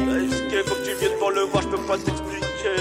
Faut que tu viennes pour le voir, je peux pas t'expliquer.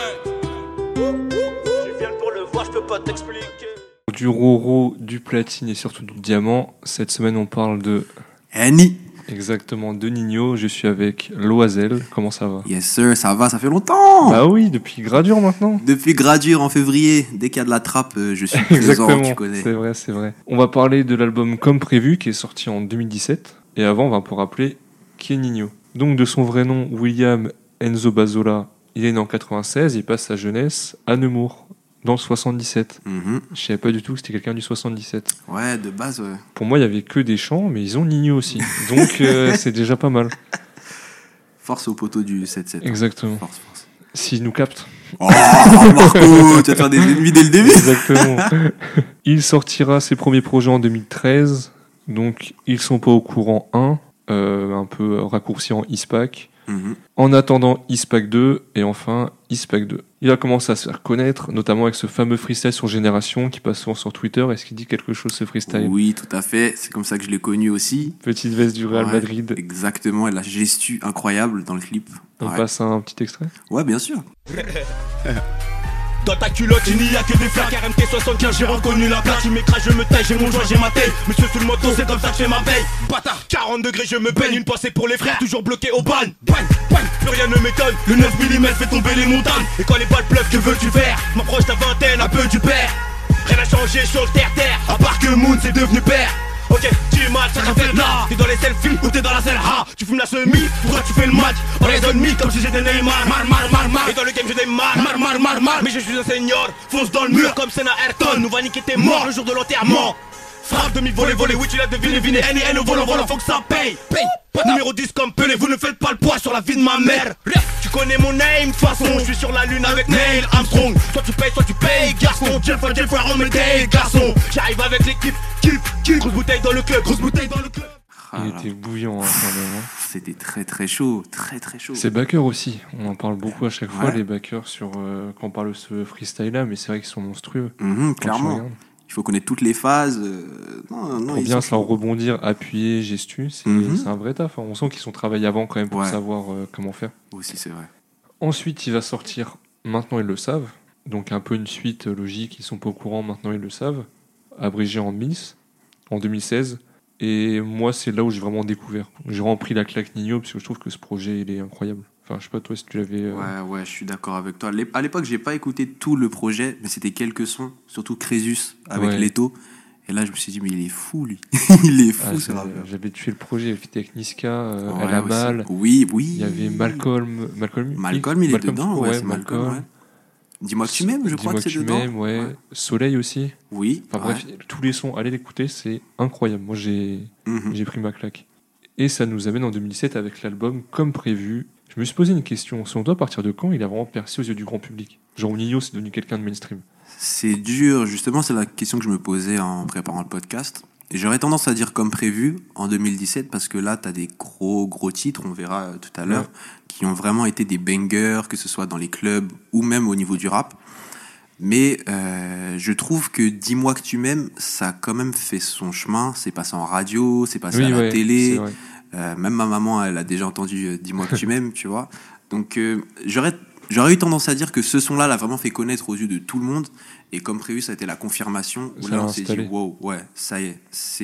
Tu viennes pour le voir, je peux pas t'expliquer. Du Roro, du platine et surtout du diamant. Cette semaine, on parle de... Annie. Exactement, de Nino. Je suis avec Loisel. Comment ça va? Yes sir, ça va, ça fait longtemps. Bah oui, depuis Gradure maintenant. Depuis Gradure en février, dès qu'il y a de la trappe, je suis présent, Exactement, tu connais. c'est vrai. On va parler de l'album Comme Prévu qui est sorti en 2017. Et avant, on va pour rappeler qui est Nino. Donc de son vrai nom, William Enzo Bazzola, il est né en 96, il passe sa jeunesse à Nemours, dans le 77. Je savais pas du tout que c'était quelqu'un du 77. Ouais, de base, ouais. Pour moi, il y avait que des chants, mais ils ont Nino aussi. Donc c'est déjà pas mal. Force au poteau du 7-7. Exactement. Force. S'ils nous captent. Oh, Marco, tu vas te faire des ennemis dès le début. Exactement. Il sortira ses premiers projets en 2013. Donc, ils sont pas au courant 1. Un peu raccourci en ISPAC. En attendant ISPAC 2 et enfin ISPAC 2. Il a commencé à se faire connaître, notamment avec ce fameux freestyle sur Génération qui passe souvent sur Twitter. Est-ce qu'il dit quelque chose ce freestyle? Oui, tout à fait. C'est comme ça que je l'ai connu aussi. Petite veste du Real Madrid. Exactement, et la gestu incroyable dans le clip. On passe un petit extrait? Ouais, bien sûr. Dans ta culotte, il n'y a que des flaques. RMT 75, j'ai reconnu la plaque. Tu m'écrases, je me taille, j'ai mon joint, j'ai ma taille. Monsieur sur le moto, c'est comme ça que je fais ma veille. Bâtard, 40 degrés, je me baigne. Une pensée pour les frères, toujours bloqué au ban. Bang, bang, plus rien ne m'étonne. Le 9 mm fait tomber les montagnes. Et quand les balles pleuvent, que veux-tu faire? M'approche ta vingtaine, un peu du père. Rien n'a changé sur le terre-terre. À part que Moon, c'est devenu père. Ok, tu match, ça fait là. T'es dans les selfies ou t'es dans la selle, ha. Tu fumes la semi, pourquoi tu fais le match? On les ennemis comme si j'étais Neymar. Mar. Et dans le game je démarre. Mar. Mais je suis un senior, fonce dans le mur comme Senna Ayrton. Nous va niquer tes morts le jour de l'enterrement. Frappe, demi-volée, oui tu l'as deviné. N au volant, faut que ça paye. Numéro 10 comme Pelé, vous ne faites pas le poids sur la vie de ma mère. Tu connais mon name, de toute façon, je suis sur la lune avec Neil Armstrong. Soit tu payes, garçon. Jill for on me day, garçon. J'arrive avec l'équipe, kiff. Grosse bouteille dans le club. Il était bouillant hein, quand même. Hein. C'était très très chaud, très très chaud. C'est backers aussi, on en parle beaucoup à chaque fois, les backers, sur, quand on parle de ce freestyle-là, mais c'est vrai qu'ils sont monstrueux. Clairement. Il faut connaître toutes les phases. Pour bien se rebondir, appuyer, gestu, c'est un vrai taf. Hein. On sent qu'ils sont travaillés avant quand même pour savoir comment faire. Aussi, c'est vrai. Ensuite, il va sortir Maintenant ils le savent. Donc un peu une suite logique, ils sont pas au courant, maintenant ils le savent. Abrégé en Miss, en 2016. Et moi, c'est là où j'ai vraiment découvert. J'ai vraiment pris la claque Nino parce que je trouve que ce projet, il est incroyable. Enfin, je sais pas toi si tu l'avais... Ouais, je suis d'accord avec toi. À l'époque, j'ai pas écouté tout le projet, mais c'était quelques sons, surtout Crésus avec Leto. Et là, je me suis dit, mais il est fou, lui. Il est fou, ce rappeur. J'avais tué le projet, il était avec Niska, Elle a mal. Oui. Il y avait Malcolm, il est dedans, ouais, c'est Malcolm. Ouais. Dis-moi que tu m'aimes, je crois que c'est dedans. Ouais. Soleil aussi. Oui. Enfin bref, tous les sons, allez l'écouter, c'est incroyable. Moi, j'ai pris ma claque. Et ça nous amène en 2017 avec l'album Comme Prévu. Je me suis posé une question. Selon toi, à partir de quand il a vraiment percé aux yeux du grand public? Genre Nino, c'est devenu quelqu'un de mainstream. C'est dur. Justement, c'est la question que je me posais en préparant le podcast. Et j'aurais tendance à dire Comme Prévu en 2017 parce que là, t'as des gros titres, on verra tout à l'heure, qui ont vraiment été des bangers, que ce soit dans les clubs ou même au niveau du rap. Mais je trouve que Dis-moi que tu m'aimes, ça a quand même fait son chemin. C'est passé en radio, c'est passé à la télé. Même ma maman, elle a déjà entendu Dis-moi que tu m'aimes, tu vois. Donc j'aurais eu tendance à dire que ce son-là l'a vraiment fait connaître aux yeux de tout le monde. Et Comme Prévu, ça a été la confirmation. Où là, on s'est dit, wow, ouais, ça y est,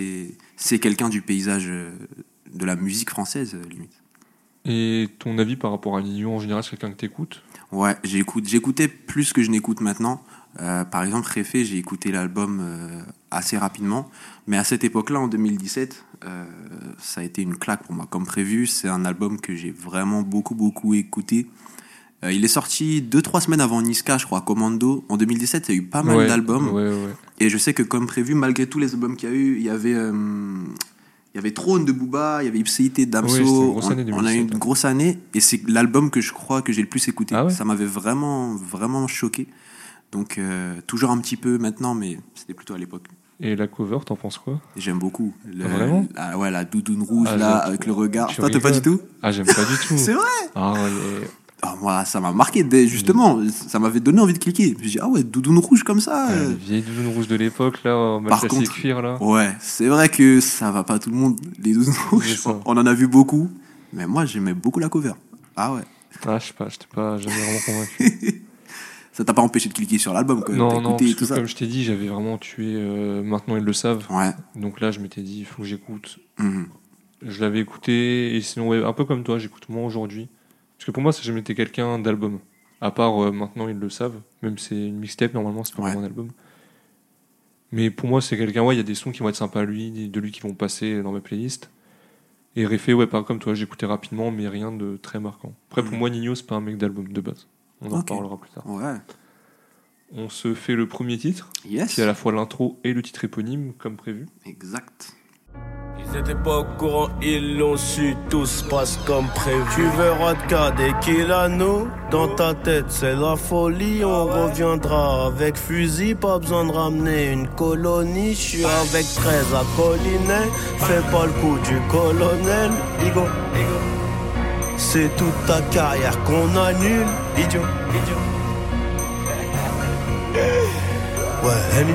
c'est quelqu'un du paysage de la musique française, limite. Et ton avis par rapport à Nino, en général, c'est quelqu'un que t'écoutes? Ouais, j'écoutais plus que je n'écoute maintenant. Par exemple, Réfé, j'ai écouté l'album assez rapidement. Mais à cette époque-là, en 2017, ça a été une claque pour moi. Comme Prévu, c'est un album que j'ai vraiment beaucoup écouté. Il est sorti 2-3 semaines avant Niska, je crois, Commando. En 2017, il y a eu pas mal d'albums. Et je sais que Comme Prévu, malgré tous les albums qu'il y a eu, il y avait Trône de Booba, il y avait Ipséité d'Amso. On a eu une grosse année. Et c'est l'album que je crois que j'ai le plus écouté. Ça m'avait vraiment choqué. Donc, toujours un petit peu maintenant, mais c'était plutôt à l'époque. Et la cover, t'en penses quoi? J'aime beaucoup. Vraiment? La doudoune rouge, avec le regard. Toi, t'aimes pas du tout? J'aime pas du tout. C'est vrai? Moi, ça m'a marqué, justement, ça m'avait donné envie de cliquer. J'ai dit, doudoune rouge comme ça. Les vieilles doudounes rouges de l'époque, là, en matelassé cuir, là. Ouais, c'est vrai que ça va pas tout le monde, les doudounes rouges. On en a vu beaucoup, mais moi, j'aimais beaucoup la cover. Ah ouais. Ah, je sais pas, j'étais pas jamais vraiment convaincu. Ça t'a pas empêché de cliquer sur l'album quand même? Non, T'as non, écouté parce et tout que ça? comme je t'ai dit, j'avais vraiment tué Maintenant ils le savent. Ouais. Donc là, je m'étais dit, il faut que j'écoute. Mhm. Je l'avais écouté, et sinon, ouais, un peu comme toi, j'écoute moins aujourd'hui. Parce que pour moi, ça n'a jamais été quelqu'un d'album. À part Maintenant ils le savent. Même si c'est une mixtape, normalement, c'est pas Ouais. vraiment un album. Mais pour moi, c'est quelqu'un, ouais, il y a des sons qui vont être sympas à lui, de lui qui vont passer dans mes playlists. Et Réfé, ouais, pas comme toi, j'écoutais rapidement, mais rien de très marquant. Après, pour moi, Nino, c'est pas un mec d'album de base. On en Ok. reparlera plus tard. Ouais. On se fait le premier titre, Yes. qui est à la fois l'intro et le titre éponyme, comme prévu. Exact. Ils étaient pas au courant, ils l'ont su, tout se passe comme prévu. Tu verras de cas dès qu'il a nous, dans ta tête c'est la folie. On reviendra avec fusil, pas besoin de ramener une colonie. Je suis avec 13 à Collinet, fais pas le coup du colonel. Igo, c'est toute ta carrière qu'on annule, idiot. Ouais, Henny.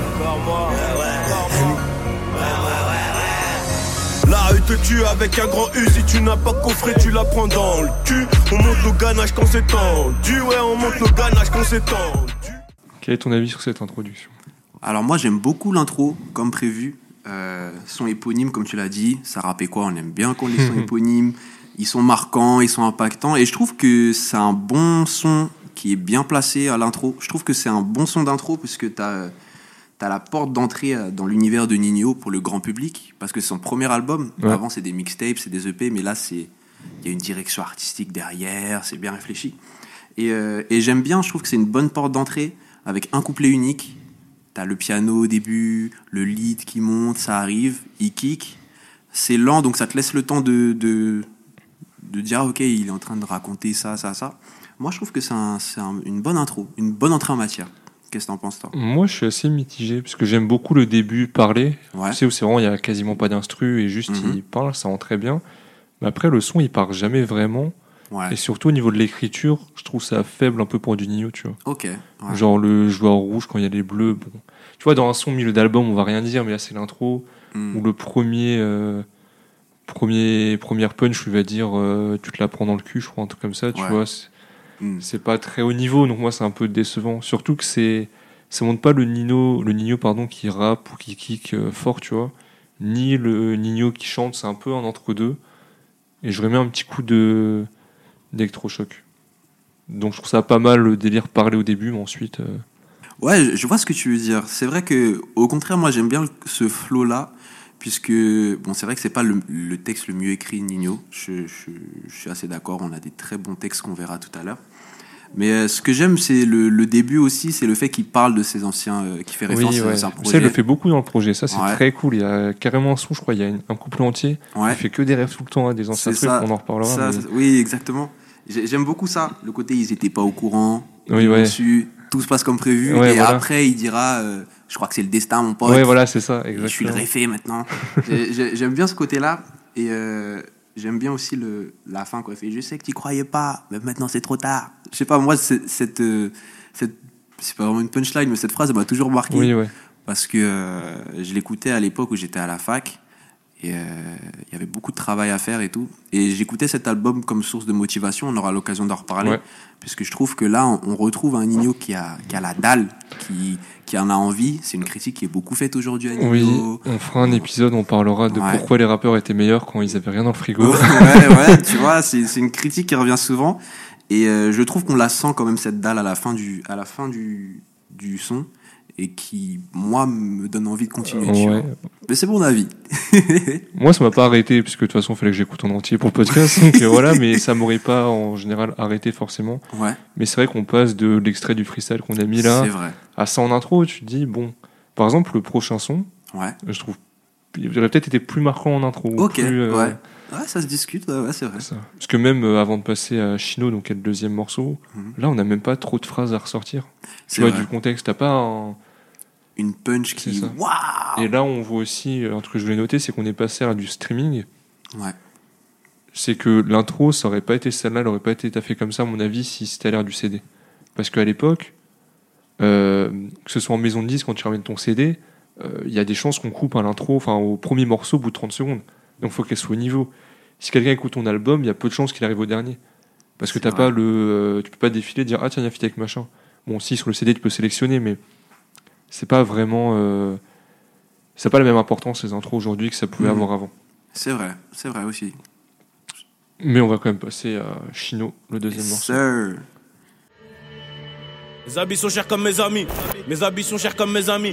La rue te tue avec un grand U. Si tu n'as pas coffré, tu la prends dans le cul. On monte le ganache quand c'est tendu. Ouais, on monte le ganache quand c'est tendu. Quel est ton avis sur cette introduction ? Alors moi j'aime beaucoup l'intro, comme prévu. Son éponyme, comme tu l'as dit, ça rappelle quoi? On aime bien quand les sons éponymes, ils sont marquants, ils sont impactants. Et je trouve que c'est un bon son qui est bien placé à l'intro. Je trouve que c'est un bon son d'intro parce que t'as la porte d'entrée dans l'univers de Ninho pour le grand public, parce que c'est son premier album. Ouais. Avant c'est des mixtapes, c'est des EP, mais là il y a une direction artistique derrière, c'est bien réfléchi. Et j'aime bien, je trouve que c'est une bonne porte d'entrée avec un couplet unique. T'as le piano au début, le lead qui monte, ça arrive, il kick. C'est lent, donc ça te laisse le temps de dire ok, il est en train de raconter ça. Moi, je trouve que c'est une bonne intro, une bonne entrée en matière. Qu'est-ce que t'en penses, toi? Moi, je suis assez mitigé, parce que j'aime beaucoup le début parler. Ouais. Tu sais, où c'est vraiment, il n'y a quasiment pas d'instru, et juste il parle, ça rend très bien. Mais après, le son, il part jamais vraiment. Ouais. Et surtout, au niveau de l'écriture, je trouve ça faible un peu pour du Ninho, tu vois. Ok. Ouais. Genre le joueur rouge quand il y a les bleus. Bon. Tu vois, dans un son milieu d'album, on va rien dire, mais là, c'est l'intro. Ou le première punch, lui va dire tu te la prends dans le cul, je crois, un truc comme ça, tu Ouais. vois. C'est pas très haut niveau, donc moi, c'est un peu décevant. Surtout que ça montre pas le Ninho qui rappe ou qui kick fort, tu vois. Ni le Ninho qui chante, c'est un peu un entre-deux. Et je remets un petit coup d'électrochoc. Donc je trouve ça pas mal le délire parler au début, mais ensuite... Ouais, je vois ce que tu veux dire. C'est vrai que, au contraire, moi, j'aime bien ce flow-là, puisque, bon, c'est vrai que c'est pas le texte le mieux écrit de Ninho. Je suis assez d'accord, on a des très bons textes qu'on verra tout à l'heure. Mais ce que j'aime, c'est le début aussi, c'est le fait qu'il parle de ses anciens, qui fait référence à ses anciens projets. Ça, il le fait beaucoup dans le projet, ça c'est Ouais. très cool. Il y a carrément un son, je crois, il y a un couple entier. Ouais. Il fait que des rêves tout le temps, hein, des anciens C'est trucs, ça. on en reparlera. mais- Oui, exactement. J'aime beaucoup ça, le côté ils étaient pas au courant, Oui, ils l'ont ouais. su, tout se passe comme prévu, Ouais, et voilà. après il dira je crois que c'est le destin mon pote, Ouais, voilà, c'est ça, et je suis le exactement. réfé maintenant. J'aime bien ce côté-là, et j'aime bien aussi la fin quoi. Il fait je sais que tu croyais pas, mais maintenant c'est trop tard. Je sais pas, moi c'est pas vraiment une punchline, mais cette phrase elle m'a toujours marqué, Oui, ouais. parce que je l'écoutais à l'époque où j'étais à la fac. Et il y avait beaucoup de travail à faire et tout. Et j'écoutais cet album comme source de motivation. On aura l'occasion d'en reparler. Ouais. Puisque je trouve que là, on retrouve un Ninho qui a la dalle, qui en a envie. C'est une critique qui est beaucoup faite aujourd'hui à Oui, Ninho. on fera un épisode, on parlera de Ouais. pourquoi les rappeurs étaient meilleurs quand ils avaient rien dans le frigo. ouais, tu vois, c'est une critique qui revient souvent. Et je trouve qu'on la sent quand même, cette dalle, à la fin du son. Et qui, moi, me donne envie de continuer. Tu Ouais. vois. Mais c'est mon avis. Moi, ça m'a pas arrêté, puisque de toute façon, il fallait que j'écoute en entier pour le podcast. Donc voilà, mais ça m'aurait pas en général arrêté forcément. Ouais, Mais c'est vrai qu'on passe de l'extrait du freestyle qu'on a mis là c'est vrai. à ça en intro. Tu te dis, bon, par exemple, le prochain son, Ouais. je trouve, il aurait peut-être été plus marquant en intro. Ok, plus, ouais. Ouais, ça se discute, ouais, c'est vrai. ça. Parce que même avant de passer à Chino, donc qui est le deuxième morceau, là, on n'a même pas trop de phrases à ressortir. C'est Tu vois, vrai. du contexte, t'as pas un... Une punch C'est qui... ça. Waouh. Et là, on voit aussi, un truc que je voulais noter, c'est qu'on est passé à du streaming. Ouais. C'est que l'intro, ça aurait pas été celle-là, elle aurait pas été taffée comme ça, à mon avis, si c'était à l'ère du CD. Parce qu'à l'époque, que ce soit en maison de disque, quand tu ramènes ton CD, il y a des chances qu'on coupe à l'intro, enfin au premier morceau, au bout de 30 secondes. Donc il faut qu'elle soit au niveau. Si quelqu'un écoute ton album, il y a peu de chances qu'il arrive au dernier. Parce que C'est t'as vrai. pas tu peux pas défiler et dire ah tiens il y a un feat avec machin. Bon si sur le CD tu peux sélectionner mais c'est pas vraiment ça n'a pas la même importance les intros aujourd'hui que ça pouvait avoir avant. C'est vrai aussi. Mais on va quand même passer à Chino, le deuxième Yes, morceau. sir. Mes habits sont chers comme mes amis. Mes habits sont chers comme mes amis.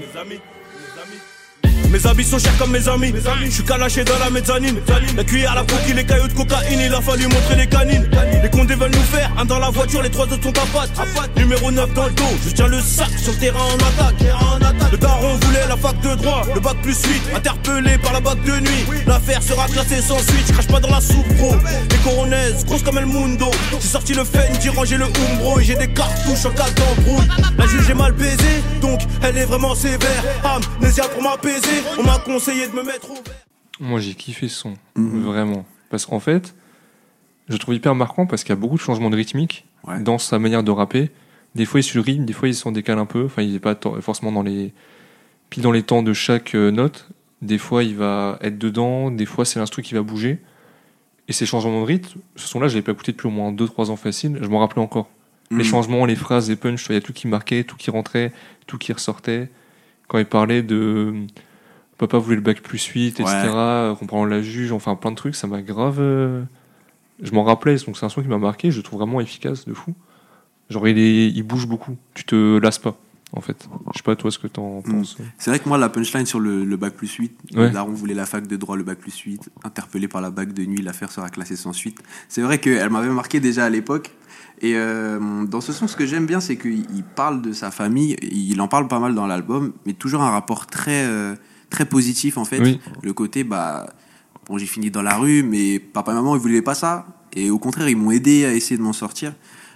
Mes habits sont chers comme mes amis. Je suis calaché dans la mezzanine. La cuillère, la coquille, les cailloux de cocaïne. Il a fallu montrer les canines. Les condés veulent nous faire un dans la voiture, les trois autres sont à patte. Numéro 9 dans le dos. Je tiens le sac sur le terrain en attaque. Le daron voulait la fac de droit. Le bac plus 8. Interpellé par la bac de nuit. L'affaire sera classée sans suite. Je crache pas dans la soupe, bro. Les coronaises, grosses comme El Mundo. J'ai sorti le Fendi, rangé le Umbro. Et j'ai des cartouches en cas d'embrouille. La juge est mal baisée, donc elle est vraiment sévère. Amnésia pour m'apaiser. On m'a conseillé de me mettre au vert. Moi j'ai kiffé ce son, vraiment. Parce qu'en fait, je le trouve hyper marquant parce qu'il y a beaucoup de changements de rythmique dans sa manière de rapper. Des fois il se rime, des fois il s'en décale un peu. Enfin il n'est pas forcément dans les temps de chaque note. Des fois il va être dedans, des fois c'est l'instru qui va bouger. Et ces changements de rythme, ce son-là je l'avais pas écouté depuis au moins 2-3 ans facile, je m'en rappelais encore. Les changements, les phrases, les punchs, il y a tout qui marquait, tout qui rentrait, tout qui ressortait. Quand il parlait de papa voulait le bac plus 8, etc., comprenant la juge, enfin plein de trucs, ça m'a grave... Je m'en rappelais, donc c'est un son qui m'a marqué, je le trouve vraiment efficace, de fou. Genre il bouge beaucoup, tu te lasses pas, en fait. Je sais pas toi ce que t'en penses. C'est vrai que moi la punchline sur le bac plus 8, Ouais. le daron voulait la fac de droit, le bac plus 8, interpellé par la bac de nuit, l'affaire sera classée sans suite. C'est vrai qu'elle m'avait marqué déjà à l'époque. Et dans ce son, ce que j'aime bien, c'est qu'il parle de sa famille, il en parle pas mal dans l'album, mais toujours un rapport très positif en fait. Oui. Le côté, bon, j'ai fini dans la rue, mais papa et maman, ils voulaient pas ça. Et au contraire, ils m'ont aidé à essayer de m'en sortir.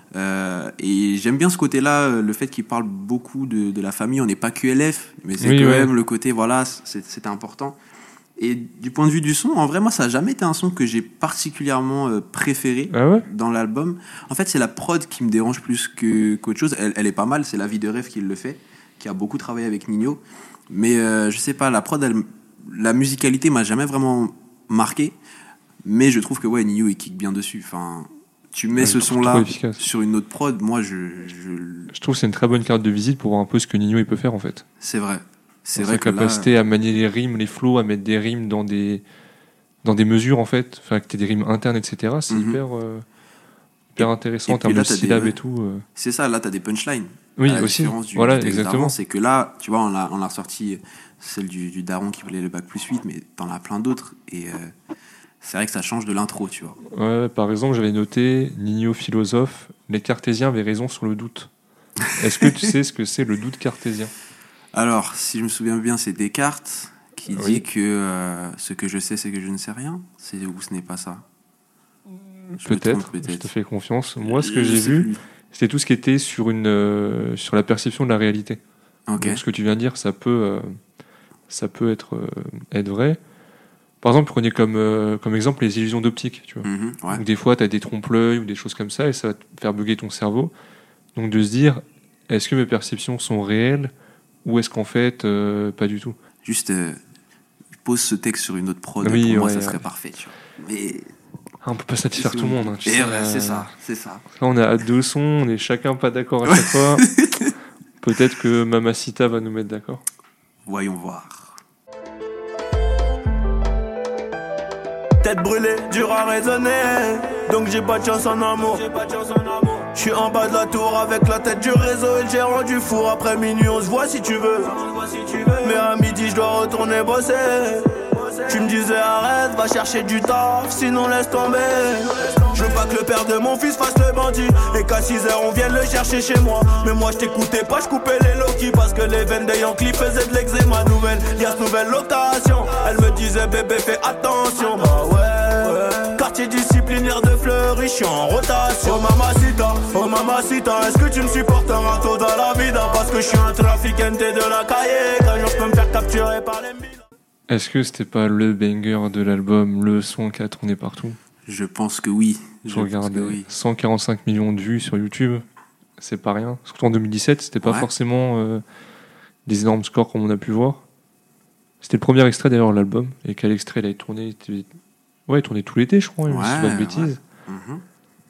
Et j'aime bien ce côté-là, le fait qu'il parle beaucoup de la famille. On n'est pas QLF, mais c'est quand même le côté, voilà, c'était important. Et du point de vue du son, en vrai, moi, ça n'a jamais été un son que j'ai particulièrement préféré dans l'album. En fait, c'est la prod qui me dérange plus qu'autre chose. Elle est pas mal, c'est La Vie de Rêve qui le fait, qui a beaucoup travaillé avec Nino. Mais je sais pas, la prod, la musicalité m'a jamais vraiment marqué. Mais je trouve que Nino, il kick bien dessus. Enfin, tu mets ce son-là sur une autre prod, moi, je trouve que c'est une très bonne carte de visite pour voir un peu ce que Nino il peut faire, en fait. C'est vrai. C'est sa capacité à manier les rimes, les flows, à mettre des rimes dans des mesures en fait, enfin que t'aies des rimes internes, etc. C'est hyper intéressant en termes de syllabes et tout. C'est ça, là t'as des punchlines. Oui, aussi. Voilà, exactement. C'est que là, tu vois, on a ressorti celle du daron qui voulait le bac plus 8, mais t'en as plein d'autres. Et c'est vrai que ça change de l'intro, tu vois. Ouais, par exemple, j'avais noté Nino philosophe, les cartésiens avaient raison sur le doute. Est-ce que tu sais ce que c'est le doute cartésien ? Alors, si je me souviens bien, c'est Descartes qui dit que ce que je sais, c'est que je ne sais rien. Ou ce n'est pas ça. Peut-être, je te fais confiance. Moi, ce que j'ai vu, c'était tout ce qui était sur la perception de la réalité. Okay. Donc, ce que tu viens de dire, ça peut être vrai. Par exemple, prenez comme exemple les illusions d'optique. Tu vois. Donc, des fois, tu as des trompe-l'œil ou des choses comme ça, et ça va te faire bugger ton cerveau. Donc, de se dire, est-ce que mes perceptions sont réelles ? Ou est-ce qu'en fait, pas du tout ? Juste, pose ce texte sur une autre prod, pour moi, ça serait parfait. Tu vois. Mais... on peut pas satisfaire tout le monde. Hein, c'est ça. Là, on a deux sons, on est chacun pas d'accord à chaque fois. Peut-être que Mamacita va nous mettre d'accord. Voyons voir. Tête brûlée, dur à raisonner, donc j'ai pas de chance en amour. Je suis en bas de la tour avec la tête du réseau et le gérant du four. Après minuit on se voit si tu veux. Mais à midi je dois retourner bosser. Tu me disais arrête, va chercher du taf, sinon laisse tomber. Je veux pas que le père de mon fils fasse le bandit et qu'à 6h on vienne le chercher chez moi. Mais moi je t'écoutais pas, je coupais les Loki parce que les veines des Yankees faisaient de l'eczéma. Nouvelle location. Elle me disait bébé fais attention. Bah ouais. Quartier disciplinaire de Fleury, je suis en rotation. Oh mamacita, est-ce que tu me supportes un râteau dans la vida? Parce que je suis un trafiquante de la cahier. Qu'un jour je peux me faire capturer par les milles. Est-ce que c'était pas le banger de l'album, le son qui a tourné partout ? Je pense que oui. Je regardais 145 millions de vues sur YouTube, c'est pas rien. Surtout en 2017, c'était pas forcément des énormes scores comme on a pu voir. C'était le premier extrait d'ailleurs de l'album, et quel extrait il a tourné il tournait tout l'été, je crois, si je dis pas de bêtises.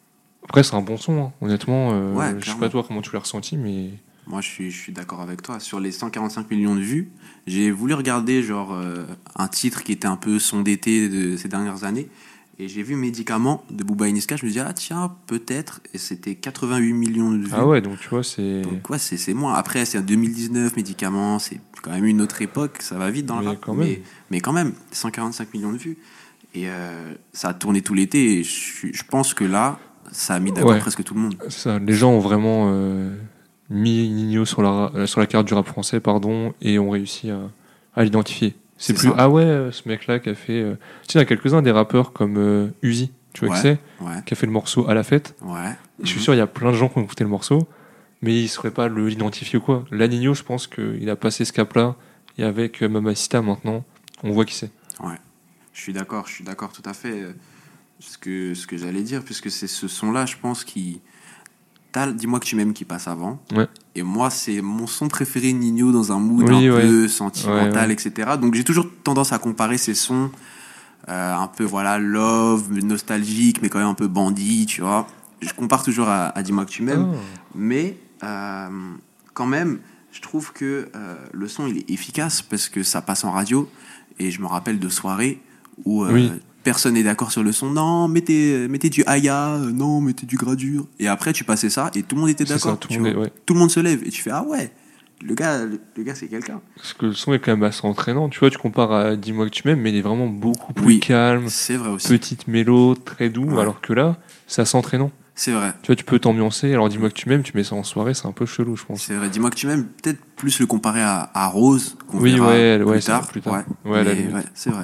Après, c'est un bon son, hein. Honnêtement. Ouais, je sais pas toi comment tu l'as ressenti, mais. Moi, je suis d'accord avec toi. Sur les 145 millions de vues, j'ai voulu regarder un titre qui était un peu son d'été de ces dernières années. Et j'ai vu Médicament de Booba et Niska. Je me dis, ah tiens, peut-être. Et c'était 88 millions de vues. Ah ouais, donc tu vois, c'est. Donc ouais, c'est moins. Après, c'est en 2019, Médicament, c'est quand même une autre époque. Ça va vite dans le rap. Mais quand même, 145 millions de vues. Et ça a tourné tout l'été. Et je pense que là, ça a mis d'accord presque tout le monde. Ça, les gens ont vraiment mis Ninho sur la carte du rap français, et ont réussi à l'identifier. C'est plus ça. Ah ouais, ce mec-là qui a fait. Tu sais, il y a quelques-uns des rappeurs comme Uzi, tu vois qui c'est, qui a fait le morceau À la fête. Ouais. Je suis sûr, il y a plein de gens qui ont écouté le morceau, mais ils ne sauraient pas l'identifier ou quoi. Là, Ninho, je pense qu'il a passé ce cap-là, et avec Mamacita maintenant, on voit qui c'est. Ouais, je suis d'accord tout à fait. Ce que j'allais dire, puisque c'est ce son-là, je pense, qui. T'as Dis-moi que tu m'aimes qui passe avant. Ouais. Et moi, c'est mon son préféré Ninho dans un mood un peu sentimental, etc. Donc j'ai toujours tendance à comparer ces sons un peu love, nostalgique, mais quand même un peu bandit, tu vois. Je compare toujours à Dis-moi que tu m'aimes. Oh. Mais quand même, je trouve que le son, il est efficace parce que ça passe en radio. Et je me rappelle de soirées où... personne n'est d'accord sur le son. Non, mettez du Aya. Non, mettez du Gradure. Et après, tu passais ça et tout le monde était d'accord. Tout le monde se lève et tu fais ah ouais, le gars c'est quelqu'un. Parce que le son est quand même assez entraînant. Tu vois, tu compares à Dis-moi que tu m'aimes, mais il est vraiment beaucoup plus calme. C'est vrai aussi. Petite mélo, très doux. Alors que là, c'est assez entraînant. C'est vrai. Tu vois, tu peux t'ambiancer. Alors Dis-moi que tu m'aimes, tu mets ça en soirée, c'est un peu chelou, je pense. C'est vrai. Dis-moi que tu m'aimes. Peut-être plus le comparer à Rose. Qu'on oui, verra plus tard. Plus tard. Ouais, c'est vrai.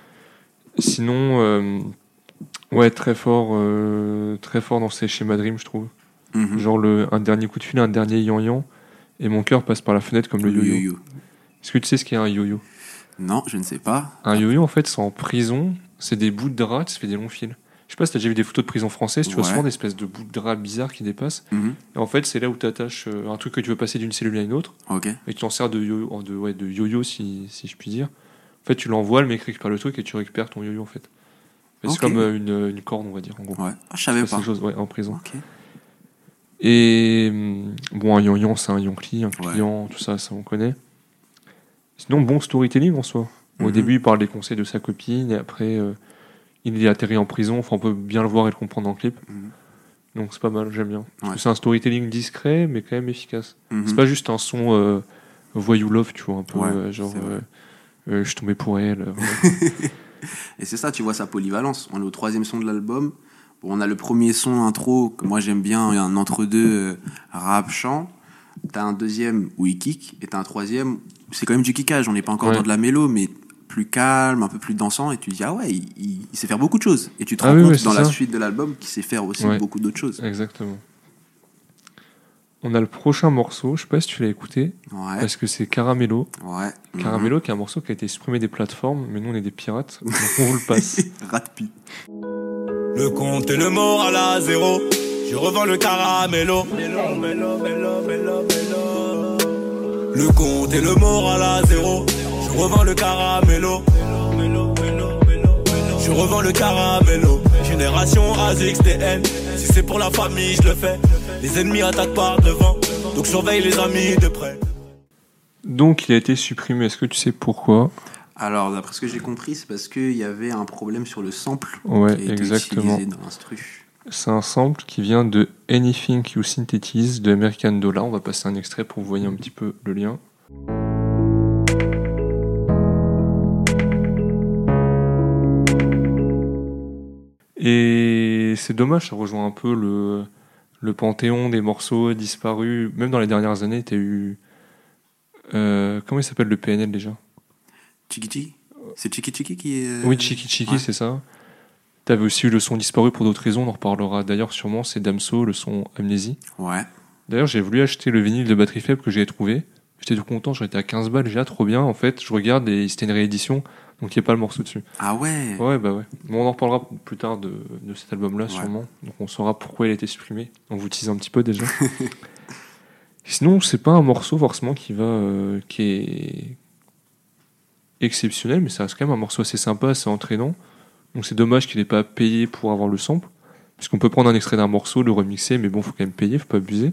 Sinon, très fort dans ces schémas Dream, je trouve. Mm-hmm. Genre un dernier coup de fil, un dernier yan-yan, et mon cœur passe par la fenêtre comme le yo-yo. Est-ce que tu sais ce qu'est un yo-yo ? Non, je ne sais pas. Un yo-yo, en fait, c'est en prison, c'est des bouts de drap, tu fais des longs fils. Je sais pas si t'as déjà vu des photos de prison française, tu vois souvent des espèces de bouts de drap bizarres qui dépassent. Mm-hmm. Et en fait, c'est là où t'attaches un truc que tu veux passer d'une cellule à une autre. Okay. Et tu t'en sers de yo-yo, si je puis dire. En fait, tu l'envoies, le mec récupère le truc et tu récupères ton yo-yo, en fait. C'est comme une corde, on va dire, en gros. Ouais. Je savais pas. Chose, en prison. Okay. Et un yan-yan, c'est un yonkli, un client, tout ça on connaît. Sinon, bon storytelling en soi. Au début, il parle des conseils de sa copine, et après, il est atterri en prison. Enfin, on peut bien le voir et le comprendre dans le clip. Donc, c'est pas mal, j'aime bien. Parce que c'est un storytelling discret, mais quand même efficace. C'est pas juste un son voyou love, tu vois, un peu je suis tombé pour elle. Et c'est ça, tu vois sa polyvalence. On est au 3e son de l'album. Bon, on a le premier son intro que moi j'aime bien, il y a un entre-deux rap-chant. T'as un deuxième où il kick, et t'as un troisième, c'est quand même du kickage. On n'est pas encore dans de la mélo, mais plus calme, un peu plus dansant. Et tu te dis, ah ouais, il sait faire beaucoup de choses. Et tu te rends compte dans la suite de l'album qu'il sait faire aussi beaucoup d'autres choses. Exactement. On a le prochain morceau, je sais pas si tu l'as écouté, parce que c'est Caramello. Ouais. Caramello, qui est un morceau qui a été supprimé des plateformes, mais nous on est des pirates, donc on vous le passe. Ratpi. Le compte et le moral à zéro, je revends le Caramello. Le compte et le moral à zéro, je revends le Caramello. Je revends le Caramello. Génération AZXTN, si c'est pour la famille, je le fais. Les ennemis attaquent par devant, donc surveille les amis de près. Donc il a été supprimé, est-ce que tu sais pourquoi ? Alors, d'après ce que j'ai compris, c'est parce qu'il y avait un problème sur le sample qui a été utilisé dans l'instru. C'est un sample qui vient de Anything You Synthesize de American Dollar. On va passer un extrait pour que vous voyez un petit peu le lien. Et c'est dommage, ça rejoint un peu le panthéon des morceaux disparus. Même dans les dernières années, t'as eu... comment il s'appelle le PNL déjà ? Chiki. C'est Chiki qui est... Oui, Chiki, c'est ça. T'avais aussi eu le son disparu pour d'autres raisons, on en reparlera d'ailleurs sûrement, c'est Damso, le son Amnésie. Ouais. D'ailleurs, j'ai voulu acheter le vinyle de Batterie Faible que j'ai trouvé. J'étais tout content, j'en étais à 15 balles, déjà trop bien. En fait, je regarde et c'était une réédition, donc il n'y a pas le morceau dessus. Ah ouais. Ouais. Bon, on en reparlera plus tard de cet album-là, sûrement. Donc on saura pourquoi il a été supprimé. On vous tease un petit peu déjà. Sinon, c'est pas un morceau forcément qui est exceptionnel, mais ça reste quand même un morceau assez sympa, assez entraînant. Donc c'est dommage qu'il n'ait pas payé pour avoir le sample. Parce qu'on peut prendre un extrait d'un morceau, le remixer, mais bon, faut quand même payer, faut pas abuser.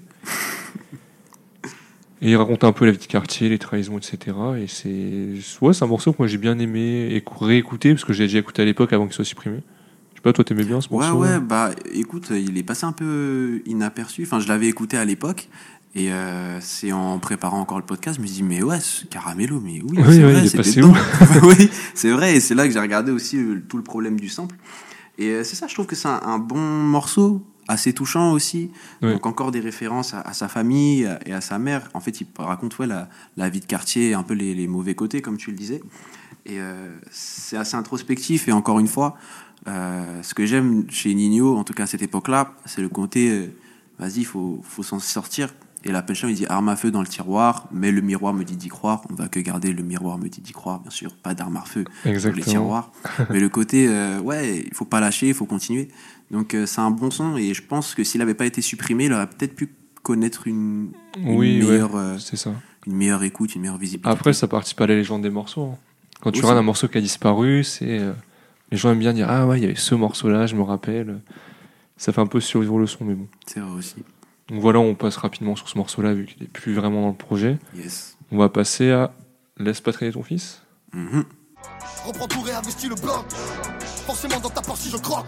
Et il raconte un peu la vie de quartier, les trahisons, etc. Et c'est un morceau que moi j'ai bien aimé et réécouter, parce que j'ai déjà écouté à l'époque avant qu'il soit supprimé. Je sais pas, toi t'aimais bien ce morceau? Ouais, bah écoute, il est passé un peu inaperçu. Enfin, je l'avais écouté à l'époque. Et c'est en préparant encore le podcast, je me suis dit, mais ouais, ce Caramello, mais oui, c'est vrai, il est passé dedans. Oui, c'est vrai, et c'est là que j'ai regardé aussi tout le problème du sample. Et c'est ça, je trouve que c'est un bon morceau, assez touchant aussi. Ouais. Donc encore des références à sa famille et à sa mère. En fait, il raconte la vie de quartier, un peu les mauvais côtés, comme tu le disais. Et c'est assez introspectif, et encore une fois, ce que j'aime chez Ninho, en tout cas à cette époque-là, c'est le côté, vas-y, faut s'en sortir. Et la punchline, il dit arme à feu dans le tiroir, mais le miroir me dit d'y croire. On va que garder le miroir me dit d'y croire, bien sûr. Pas d'arme à feu dans les tiroirs. Mais le côté, il faut pas lâcher, il faut continuer. Donc c'est un bon son, et je pense que s'il avait pas été supprimé, il aurait peut-être pu connaître une meilleure, c'est ça. Une meilleure écoute, une meilleure visibilité. Après, ça participe à la légende des morceaux. Hein. Quand tu regardes un morceau qui a disparu, les gens aiment bien dire ah ouais, il y avait ce morceau-là, je me rappelle. Ça fait un peu survivre le son, mais bon. C'est vrai aussi. Donc voilà, on passe rapidement sur ce morceau-là, vu qu'il n'est plus vraiment dans le projet. Yes. On va passer à Laisse pas traîner ton fils. Mm-hmm. Reprends tout, réinvestis le bloc. Forcément dans ta partie, je croque.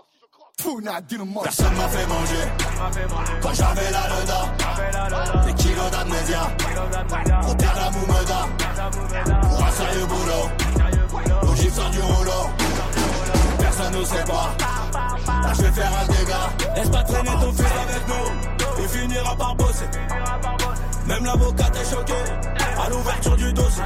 Personne m'a fait manger quand j'avais là-dedans. Des kilos d'amnésia. Pour perdre la moumeda. Pour un sérieux boulot. Au gypsum du rouleau. Personne ne sait pas. Là je vais faire un dégât. Laisse pas traîner ton fils avec nous. Il finira par bosser. Même l'avocat est choqué à l'ouverture du dossier.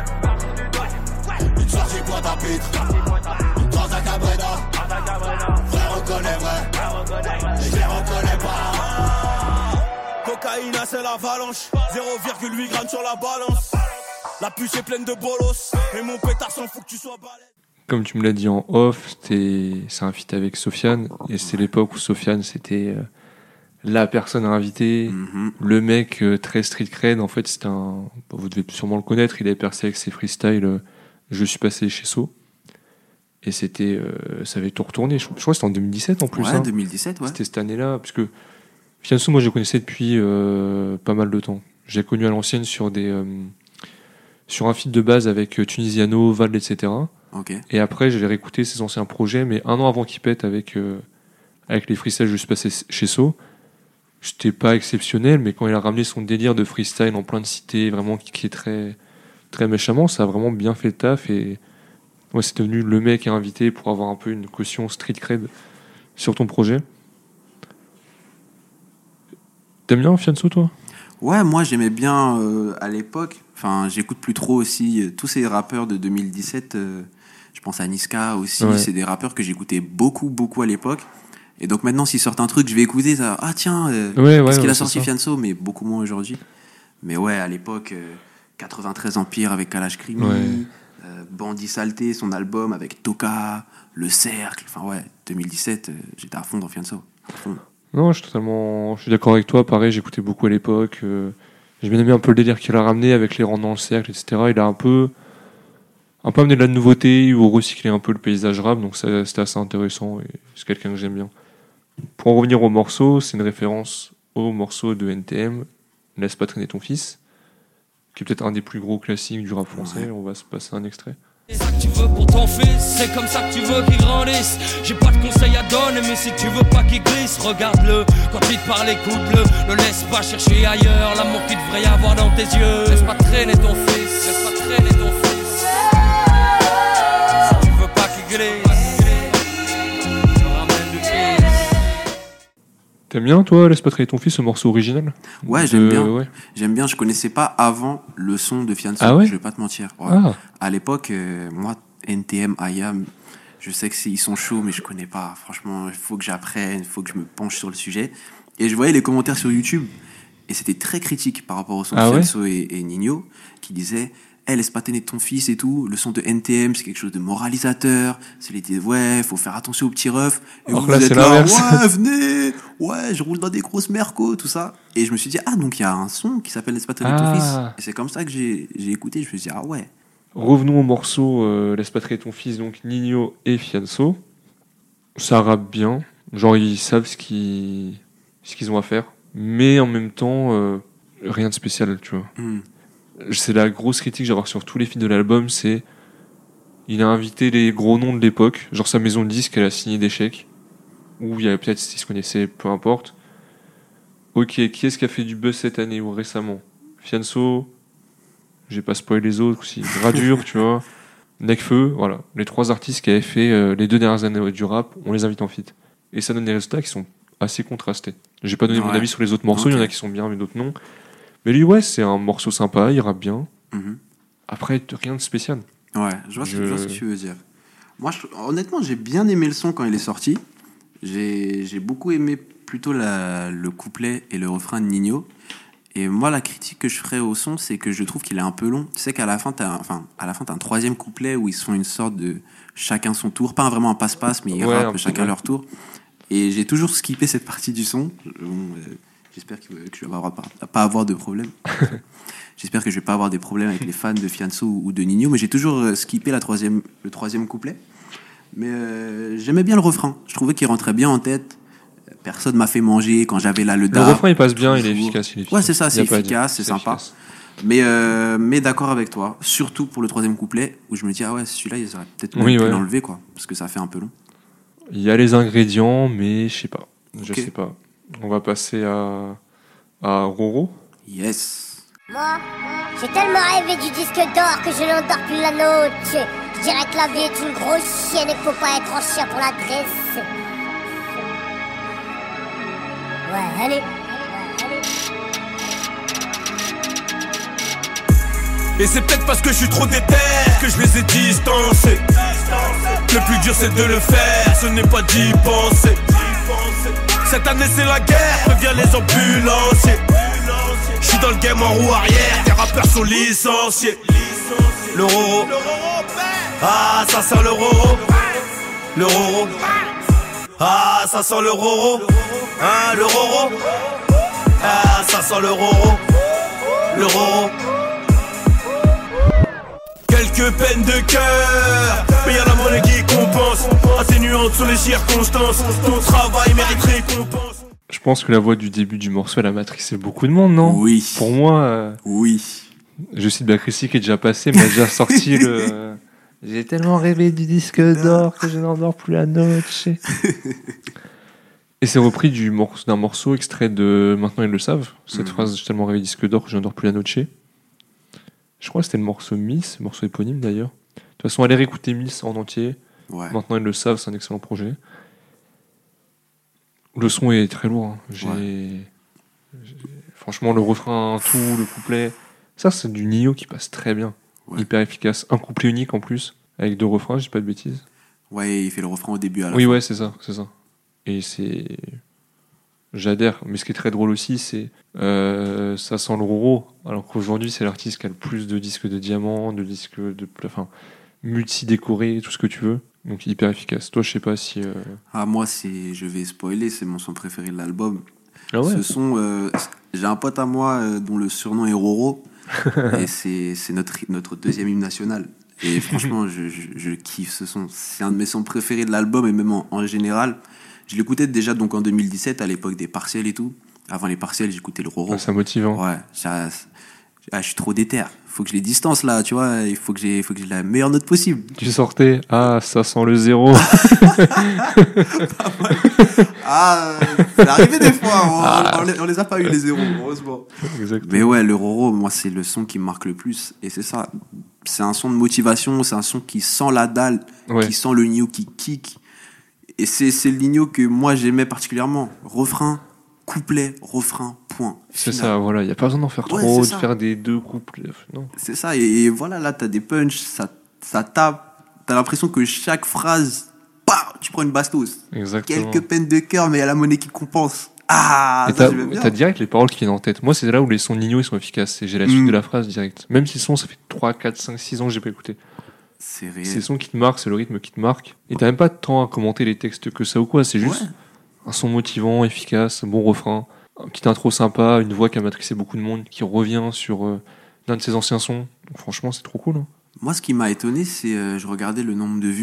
Une sortie boîte à pitre. Dans un cabreda. Vrai reconnaît vrai. Et je les reconnais pas. Cocaïne, c'est l'avalanche. 0,8 grammes sur la balance. La puce est pleine de bolos. Et mon pétard s'en fout que tu sois balèze. Comme tu me l'as dit en off, c'est un feat avec Sofiane. Et c'est l'époque où Sofiane, c'était la personne à inviter. Mm-hmm. Le mec très street cred. En fait, c'était vous devez sûrement le connaître. Il avait percé avec ses freestyles. Je suis passé chez So. Et ça avait tout retourné. Je crois que c'était en 2017 en plus. Ouais, hein. 2017, ouais. C'était cette année-là. Parce que Fianso, moi, je le connaissais depuis pas mal de temps. J'ai connu à l'ancienne sur un feat de base avec Tunisiano, Val, etc. Okay. Et après, j'avais réécouté ses anciens projets, mais un an avant qu'il pète avec les freestyles, je suis passé chez So. C'était pas exceptionnel, mais quand il a ramené son délire de freestyle en plein de cités, vraiment qui est très, très méchamment, ça a vraiment bien fait le taf. Et ouais, c'est devenu le mec à inviter pour avoir un peu une caution street cred sur ton projet. T'aimes bien Fianso, toi ? Ouais, moi j'aimais bien à l'époque. Enfin, j'écoute plus trop aussi tous ces rappeurs de 2017. Je pense à Niska aussi. Ouais. C'est des rappeurs que j'écoutais beaucoup à l'époque. Et donc maintenant, s'ils sortent un truc, je vais écouter ça. Ah tiens, parce qu'il a sorti Fianso, mais beaucoup moins aujourd'hui. Mais ouais, à l'époque, 93 Empire avec Kalash Krimi, Bandit Saleté, son album avec Toka, Le Cercle. Enfin ouais, 2017, j'étais à fond dans Fianso. À fond. Non, je suis d'accord avec toi. Pareil, j'écoutais beaucoup à l'époque. J'ai bien aimé un peu le délire qu'il a ramené avec les rangs dans le cercle, etc. Il a un peu amené de la nouveauté ou recyclé un peu le paysage rap, donc c'était assez intéressant et c'est quelqu'un que j'aime bien. Pour en revenir au morceau, c'est une référence au morceau de NTM, Laisse pas traîner ton fils, qui est peut-être un des plus gros classiques du rap français. Ouais. On va se passer un extrait. C'est ça que tu veux pour ton fils, c'est comme ça que tu veux qu'il grandisse. J'ai pas de conseils à donner, mais si tu veux pas qu'il glisse, regarde-le, quand il te parle, écoute-le. Ne laisse pas chercher ailleurs l'amour qu'il devrait y avoir dans tes yeux. Laisse pas traîner ton fils, laisse pas traîner ton fils. Si tu veux pas qu'il glisse, ramène du fils. T'aimes bien, toi, Laisse pas traîner ton fils, ce morceau original ? Ouais, j'aime bien. Ouais. J'aime bien, je connaissais pas avant le son de Fianso, ah ouais, je vais pas te mentir. Ouais. Ah. À l'époque, moi, NTM, IAM, je sais qu'ils sont chauds, mais je connais pas. Franchement, il faut que j'apprenne, il faut que je me penche sur le sujet. Et je voyais les commentaires sur YouTube, et c'était très critique par rapport au son de Fianso et Ninho, qui disaient laisse pas traîner ton fils et tout. Le son de NTM, c'est quelque chose de moralisateur. C'est l'idée, faut faire attention aux petits refs. Et vous êtes là, venez, je roule dans des grosses mercos, tout ça. Et je me suis dit, donc il y a un son qui s'appelle Laisse pas traîner ton fils. Et c'est comme ça que j'ai écouté. Je me suis dit, ouais. Revenons au morceau Laisse pas traîner ton fils, donc Ninho et Fianso. Ça rappe bien. Genre, ils savent ce qu'ils ont à faire. Mais en même temps, rien de spécial, tu vois. C'est la grosse critique que j'ai avoir sur tous les feats de l'album, c'est... Il a invité les gros noms de l'époque. Genre, sa maison de disques, elle a signé des chèques. Ou il y avait peut-être, s'ils se connaissaient, peu importe. Ok, qui est-ce qui a fait du buzz cette année ou récemment? Fianso, j'ai pas spoilé les autres aussi. Gradure, tu vois. Nekfeu, voilà. Les 3 artistes qui avaient fait les 2 dernières années du rap, on les invite en feat. Et ça donne des résultats qui sont assez contrastés. J'ai pas donné mon avis sur les autres morceaux, il y en a qui sont bien, mais d'autres non. Mais lui, ouais, c'est un morceau sympa, il rappe bien. Après, rien de spécial. Ouais, je vois ce que tu veux dire. Moi, honnêtement, j'ai bien aimé le son quand il est sorti. J'ai beaucoup aimé plutôt le couplet et le refrain de Ninho. Et moi, la critique que je ferais au son, c'est que je trouve qu'il est un peu long. Tu sais qu'à la fin, t'as un 3e couplet où ils font une sorte de chacun son tour. Pas vraiment un passe-passe, mais ils rappent chacun leur tour. Et j'ai toujours skippé cette partie du son. J'espère que je vais pas avoir de problème. J'espère que je vais pas avoir des problèmes avec les fans de Fianso ou de Ninho, mais j'ai toujours skippé le 3e couplet. Mais j'aimais bien le refrain. Je trouvais qu'il rentrait bien en tête. Personne m'a fait manger quand j'avais là le dard. Le refrain, il passe bien, il est efficace. Ouais, c'est ça, c'est efficace, c'est sympa. Mais d'accord avec toi. Surtout pour le 3e couplet, où je me dis, ah ouais, celui-là, ils auraient peut-être pu l'enlever, quoi. Parce que ça fait un peu long. Il y a les ingrédients, mais je sais pas. Je sais pas. On va passer à Roro. Yes. Moi, j'ai tellement rêvé du disque d'or que je n'endors plus la noche. Je dirais que la vie est une grosse chienne et qu'il faut pas être en chien pour la dresser. Ouais, allez. Et c'est peut-être parce que je suis trop déter que je les ai distancés. Le plus dur c'est de le faire, ce n'est pas d'y penser. Cette année c'est la guerre, préviens les ambulanciers. Je suis dans le game en roue arrière, tes rappeurs sont licenciés. Le Roro, ah ça sent le Roro. Le Roro, ah ça sent le Roro. Hein, le Roro, ah ça sent le Roro. Le Roro. Quelques peines de cœur, mais y'a la monnaie qui compense. Atténuante sur les circonstances, ton travail mérite récompense. Je pense que la voix du début du morceau, elle a matrixé beaucoup de monde, non? Oui. Pour moi, oui. Je cite Bakrissi qui est déjà passé, mais a déjà sorti le... J'ai tellement rêvé du disque d'or que je n'endors plus la noche. Et c'est repris d'un morceau extrait de Maintenant ils le savent. Cette phrase, j'ai tellement rêvé du disque d'or que je n'endors plus la noche. Je crois que c'était le morceau Miss, le morceau éponyme d'ailleurs. De toute façon, allez réécouter Miss en entier. Ouais. Maintenant ils le savent, c'est un excellent projet. Le son est très lourd. Hein. Franchement, le refrain, tout, le couplet. Ça, c'est du Ninho qui passe très bien. Ouais. Hyper efficace. Un couplet unique en plus, avec 2 refrains, je dis pas de bêtises. Ouais, il fait le refrain au début à la fin. Oui, ouais, c'est ça. Et c'est... J'adhère. Mais ce qui est très drôle aussi, c'est ça sent le Roro. Alors qu'aujourd'hui, c'est l'artiste qui a le plus de disques de diamants, de disques de... Enfin, multi-décorés, tout ce que tu veux. Donc hyper efficace. Toi, je sais pas si... moi, je vais spoiler, c'est mon son préféré de l'album. Ah ouais. Ce son... j'ai un pote à moi dont le surnom est Roro. Et c'est notre 2e hymne national. Et franchement, je kiffe ce son. C'est un de mes sons préférés de l'album et même en général. Je l'écoutais déjà donc en 2017 à l'époque des partiels et tout. Avant les partiels, j'écoutais le Roro. C'est motivant. Ouais, je suis trop déter. Faut que je les distance là, tu vois. Il faut que j'ai la meilleure note possible. Tu sortais, ça sent le 0. C'est arrivé des fois. On les a pas eu les 0, heureusement. Exactement. Mais ouais, le Roro, moi, c'est le son qui me marque le plus. Et c'est ça. C'est un son de motivation. C'est un son qui sent la dalle, qui sent le Ninho qui kick. Et c'est le Ninho que moi j'aimais particulièrement. Refrain, couplet, refrain, point. C'est ça, voilà. Il n'y a pas besoin d'en faire trop, de faire des 2 couplets. Non. C'est ça. Et voilà, là, t'as des punchs, ça tape. T'as l'impression que chaque phrase, tu prends une bastos. Exactement. Quelques peines de cœur, mais il y a la monnaie qui compense. Et t'as direct les paroles qui viennent en tête. Moi, c'est là où les sons Ninho ils sont efficaces. Et j'ai la suite de la phrase direct. Même si le son, ça fait 3, 4, 5, 6 ans que j'ai pas écouté. C'est réel. C'est le son qui te marque, c'est le rythme qui te marque. Et t'as même pas de temps à commenter les textes que ça ou quoi. C'est juste un son motivant, efficace, un bon refrain, un petit intro sympa, une voix qui a matrixé beaucoup de monde, qui revient sur l'un de ses anciens sons. Donc, franchement, c'est trop cool. Hein. Moi, ce qui m'a étonné, c'est je regardais le nombre de vues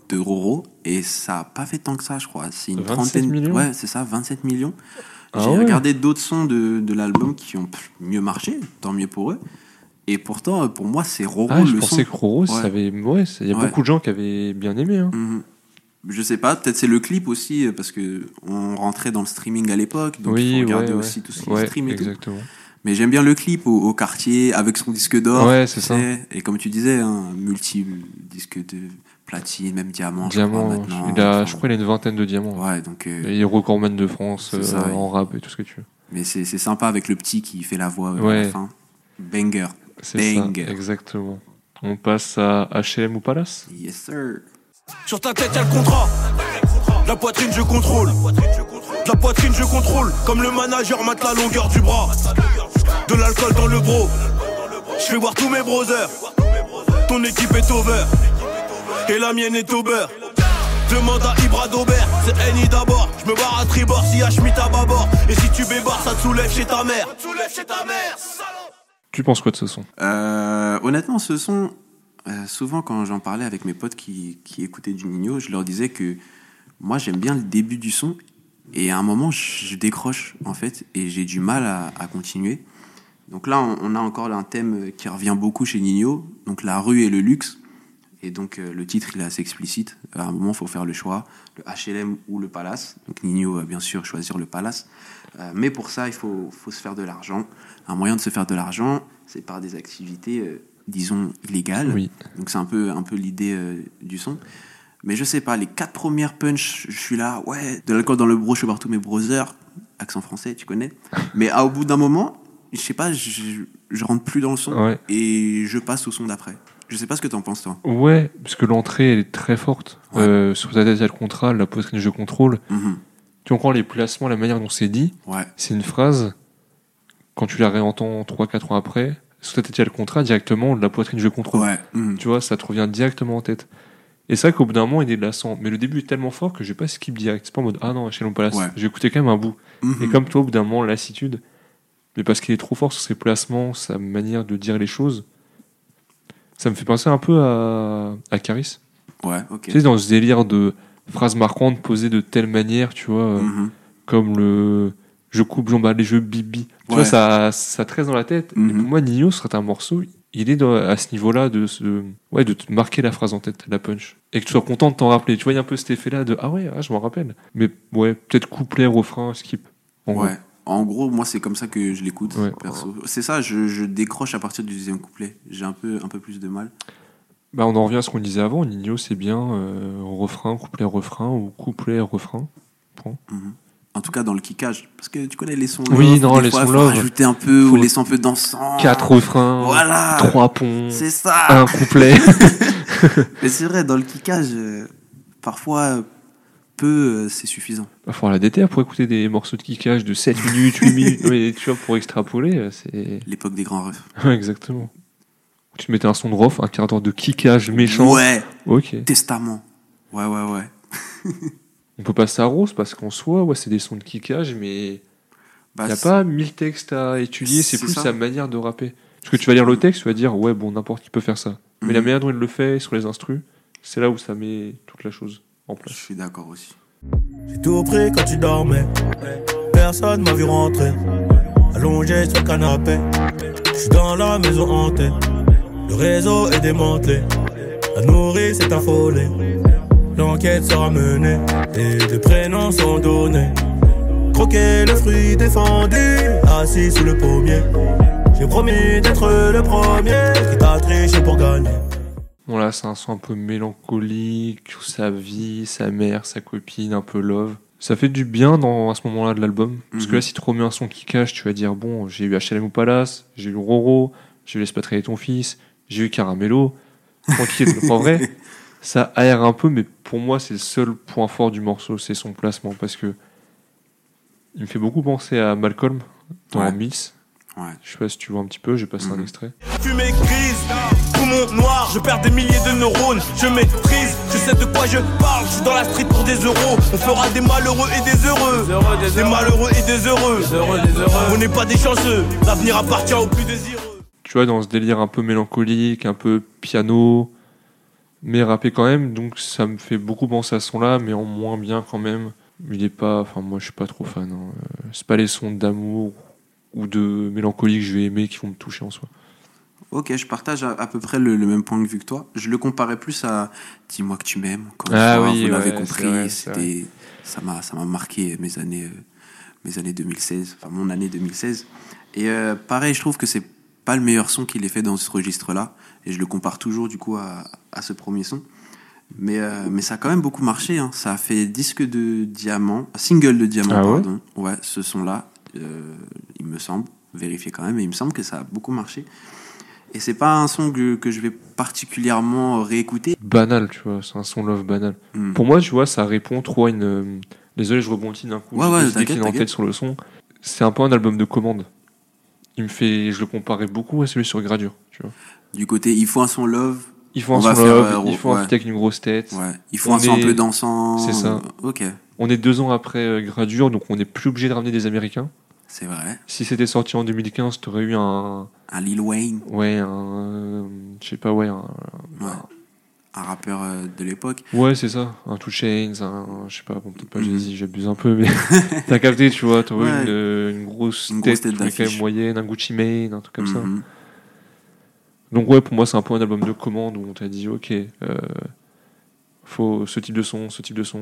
de Roro, et ça a pas fait tant que ça, je crois. C'est une 27 trentaine. millions. Ouais, c'est ça, 27 millions. Ah J'ai ouais. regardé d'autres sons de l'album qui ont mieux marché, tant mieux pour eux. Et pourtant, pour moi, c'est Roro Ah, je le pensais son. que Roro, ça Ouais. avait. Ouais, il y a Ouais. beaucoup de gens qui avaient bien aimé. Hein. Mhm. Je sais pas, peut-être c'est le clip aussi, parce que on rentrait dans le streaming à l'époque, donc il faut regarder aussi tout ce qui est stream et tout. exactement. Mais j'aime bien le clip au quartier avec son disque d'or. Ouais, c'est tu ça. sais. Et comme tu disais, hein, disque de platine, même diamant. Diamant, je crois, maintenant. je crois qu'il a une vingtaine de diamants. Ouais, donc. Et il est recordman de France C'est ça, en rap et tout ce que tu veux. Mais c'est sympa avec le petit qui fait la voix à Ouais. la fin. Banger. C'est ça, Banger. exactement. On passe à HLM ou Palace. Yes, sir. Sur ta tête y'a le contrat. La poitrine je contrôle. La poitrine je contrôle. Comme le manager mate la longueur du bras. De l'alcool dans le bro. Je fais voir tous mes brothers. Ton équipe est over. Et la mienne est au beurre. Demande à Ibra d'Aubert. C'est Eni d'abord. Je me barre à tribord si y'a Schmitt à bâbord. Et si tu bébarres ça te soulève chez ta mère. Tu penses quoi de ce son? Honnêtement, ce son, souvent quand j'en parlais avec mes potes qui écoutaient du Ninho, je leur disais que moi j'aime bien le début du son et à un moment je décroche en fait et j'ai du mal à continuer. Donc là on a encore un thème qui revient beaucoup chez Ninho, donc la rue et le luxe. Et donc le titre il est assez explicite. À un moment il faut faire le choix, le HLM ou le Palace. Donc Ninho va bien sûr choisir le Palace. Mais pour ça il faut se faire de l'argent. Un moyen de se faire de l'argent, c'est par des activités, disons, illégales. Oui. Donc c'est un peu l'idée du son. Mais je sais pas, les 4 premières punch, je suis là, ouais, de l'alcool dans le bro, je fais partout mes brothers. Accent français, tu connais. Mais au bout d'un moment, je sais pas, je rentre plus dans le son Ouais. et je passe au son d'après. Je sais pas ce que t'en penses, toi. Ouais, parce que l'entrée elle est très forte. Ouais. Sur ta tête, il y a le contrat, la poitrine, je contrôle. Mhm. Tu comprends les placements, la manière dont c'est dit. Ouais. C'est une phrase, quand tu la réentends 3-4 ans après, sur ta tête, il y a le contrat, directement, la poitrine, je contrôle. Ouais. Mhm. Tu vois, ça te revient directement en tête. Et c'est vrai qu'au bout d'un moment, il est lassant. Mais le début est tellement fort que je vais pas skip direct. C'est pas en mode, ah non, HLM Palace. Ouais. J'ai écouté quand même un bout. Mhm. Et comme toi, au bout d'un moment, lassitude. Mais parce qu'il est trop fort sur ses placements, sa manière de dire les choses. Ça me fait penser un peu à Caris. Ouais, ok. Tu sais, dans ce délire de phrases marquantes posées de telle manière, tu vois, Mhm. comme le je coupe, j'emballe les jeux, bibi. Tu Ouais. vois, ça te reste dans la tête. Mhm. Et pour moi, Ninho serait un morceau, il est à ce niveau-là de te marquer la phrase en tête, la punch. Et que tu sois content de t'en rappeler. Tu vois, il y a un peu cet effet-là de ah ouais, je m'en rappelle. Mais ouais, peut-être couplet, refrain, skip. En gros. Ouais. En gros, moi, c'est comme ça que je l'écoute, Ouais. perso. C'est ça, je décroche à partir du deuxième couplet. J'ai un peu plus de mal. Bah, on en revient à ce qu'on disait avant. Ninho, c'est bien refrain, couplet, refrain ou couplet, refrain. Point. Mhm. En tout cas, dans le kickage. Parce que tu connais les sons Oui, love, non, des les fois, sons faut love. rajouter un peu, Faut ou les sons un peu dansants. 4 refrains, Voilà. 3 ponts, C'est ça. un couplet. Mais c'est vrai, dans le kickage, parfois, c'est suffisant. Il va falloir la déterre pour écouter des morceaux de kickage de 7 minutes, 8 minutes. Mais tu vois, pour extrapoler, c'est. L'époque des grands refs. Ouais, exactement. Tu te mettais un son de rof, un quart d'heure de kickage méchant. Ouais. Ok. Testament. Ouais. On peut passer à Rose parce qu'en soi, ouais, c'est des sons de kickage, mais Bah, il n'y a pas 1000 textes à étudier, c'est c'est plus ça. sa manière de rapper. Parce que tu vas lire le texte, tu vas dire, ouais, bon, n'importe qui peut faire ça. Mais Mhm. la manière dont il le fait sur les instrus, c'est là où ça met toute la chose en Je place. suis d'accord aussi. J'ai tout pris quand tu dormais. Personne m'a vu rentrer. Allongé sur le canapé. Je suis dans la maison hantée. Le réseau est démantelé. La nourrice est affolée. L'enquête sera menée. Et des prénoms sont donnés. Croquer le fruit défendu. Assis sous le pommier. J'ai promis d'être le premier qui t'a triché pour gagner. Bon là, c'est un son un peu mélancolique, où sa vie, sa mère, sa copine, un peu love. Ça fait du bien à ce moment-là de l'album. Parce que là, si tu remets un son qui cache, tu vas dire, bon, j'ai eu HLM ou Palace, j'ai eu Roro, j'ai eu L'espatrier ton fils, j'ai eu Caramello. Tranquille. En vrai, ça aère un peu, mais pour moi, c'est le seul point fort du morceau, c'est son placement. Parce que il me fait beaucoup penser à Malcolm dans Ouais. Miss. Ouais. Je sais pas si tu vois un petit peu, j'ai passé un extrait. Fumée grise, poumon noir, je perds des milliers de neurones, je maîtrise, je sais de quoi je parle, je suis dans la street pour des euros, on fera des malheureux et des heureux, des malheureux et des heureux, on n'est pas des chanceux, l'avenir appartient aux plus désireux. Tu vois, dans ce délire un peu mélancolique, un peu piano, mais rappé quand même, donc ça me fait beaucoup penser à ce son-là, mais en moins bien quand même. Il est pas, enfin moi je suis pas trop fan. Hein. C'est pas les sons d'amour ou de mélancolie que je vais aimer qui vont me toucher en soi. Ok, je partage à peu près le même point de vue que toi. Je le comparais plus à Dis-moi que tu m'aimes. Vous l'avez compris, ça m'a marqué mes années 2016, enfin mon année 2016. Et pareil, je trouve que c'est pas le meilleur son qu'il ait fait dans ce registre-là, et je le compare toujours du coup à ce premier son. Mais ça a quand même beaucoup marché. Hein. Ça a fait single de diamant, pardon. Ouais, ce son-là, il me semble, vérifier quand même, mais il me semble que ça a beaucoup marché. Et c'est pas un son que je vais particulièrement réécouter. Banal, tu vois, c'est un son love banal. Pour moi, tu vois, ça répond trop à une... Désolé, je rebondis d'un coup. T'inquiète. En tête sur le son. C'est un peu un album de commande. Je le comparais beaucoup à celui sur Gradure, tu vois. Du côté, il faut un son love. Il faut un son love, il faut un feat avec une grosse tête. Ouais. Il faut un son un peu dansant. C'est ça. Ok. On est 2 ans après Gradure, donc on n'est plus obligé de ramener des Américains. C'est vrai. Si c'était sorti en 2015, t'aurais eu un Lil Wayne. Ouais, je sais pas, un rappeur de l'époque. Ouais, c'est ça. Un 2 Chainz, je sais pas, bon, peut-être pas Jay-Z, j'abuse un peu, mais t'as capté, tu vois, t'aurais une grosse tête quand même moyenne, un Gucci Mane, un truc comme ça. Donc ouais, pour moi, c'est un peu un album de commande où on t'a dit, ok, faut ce type de son,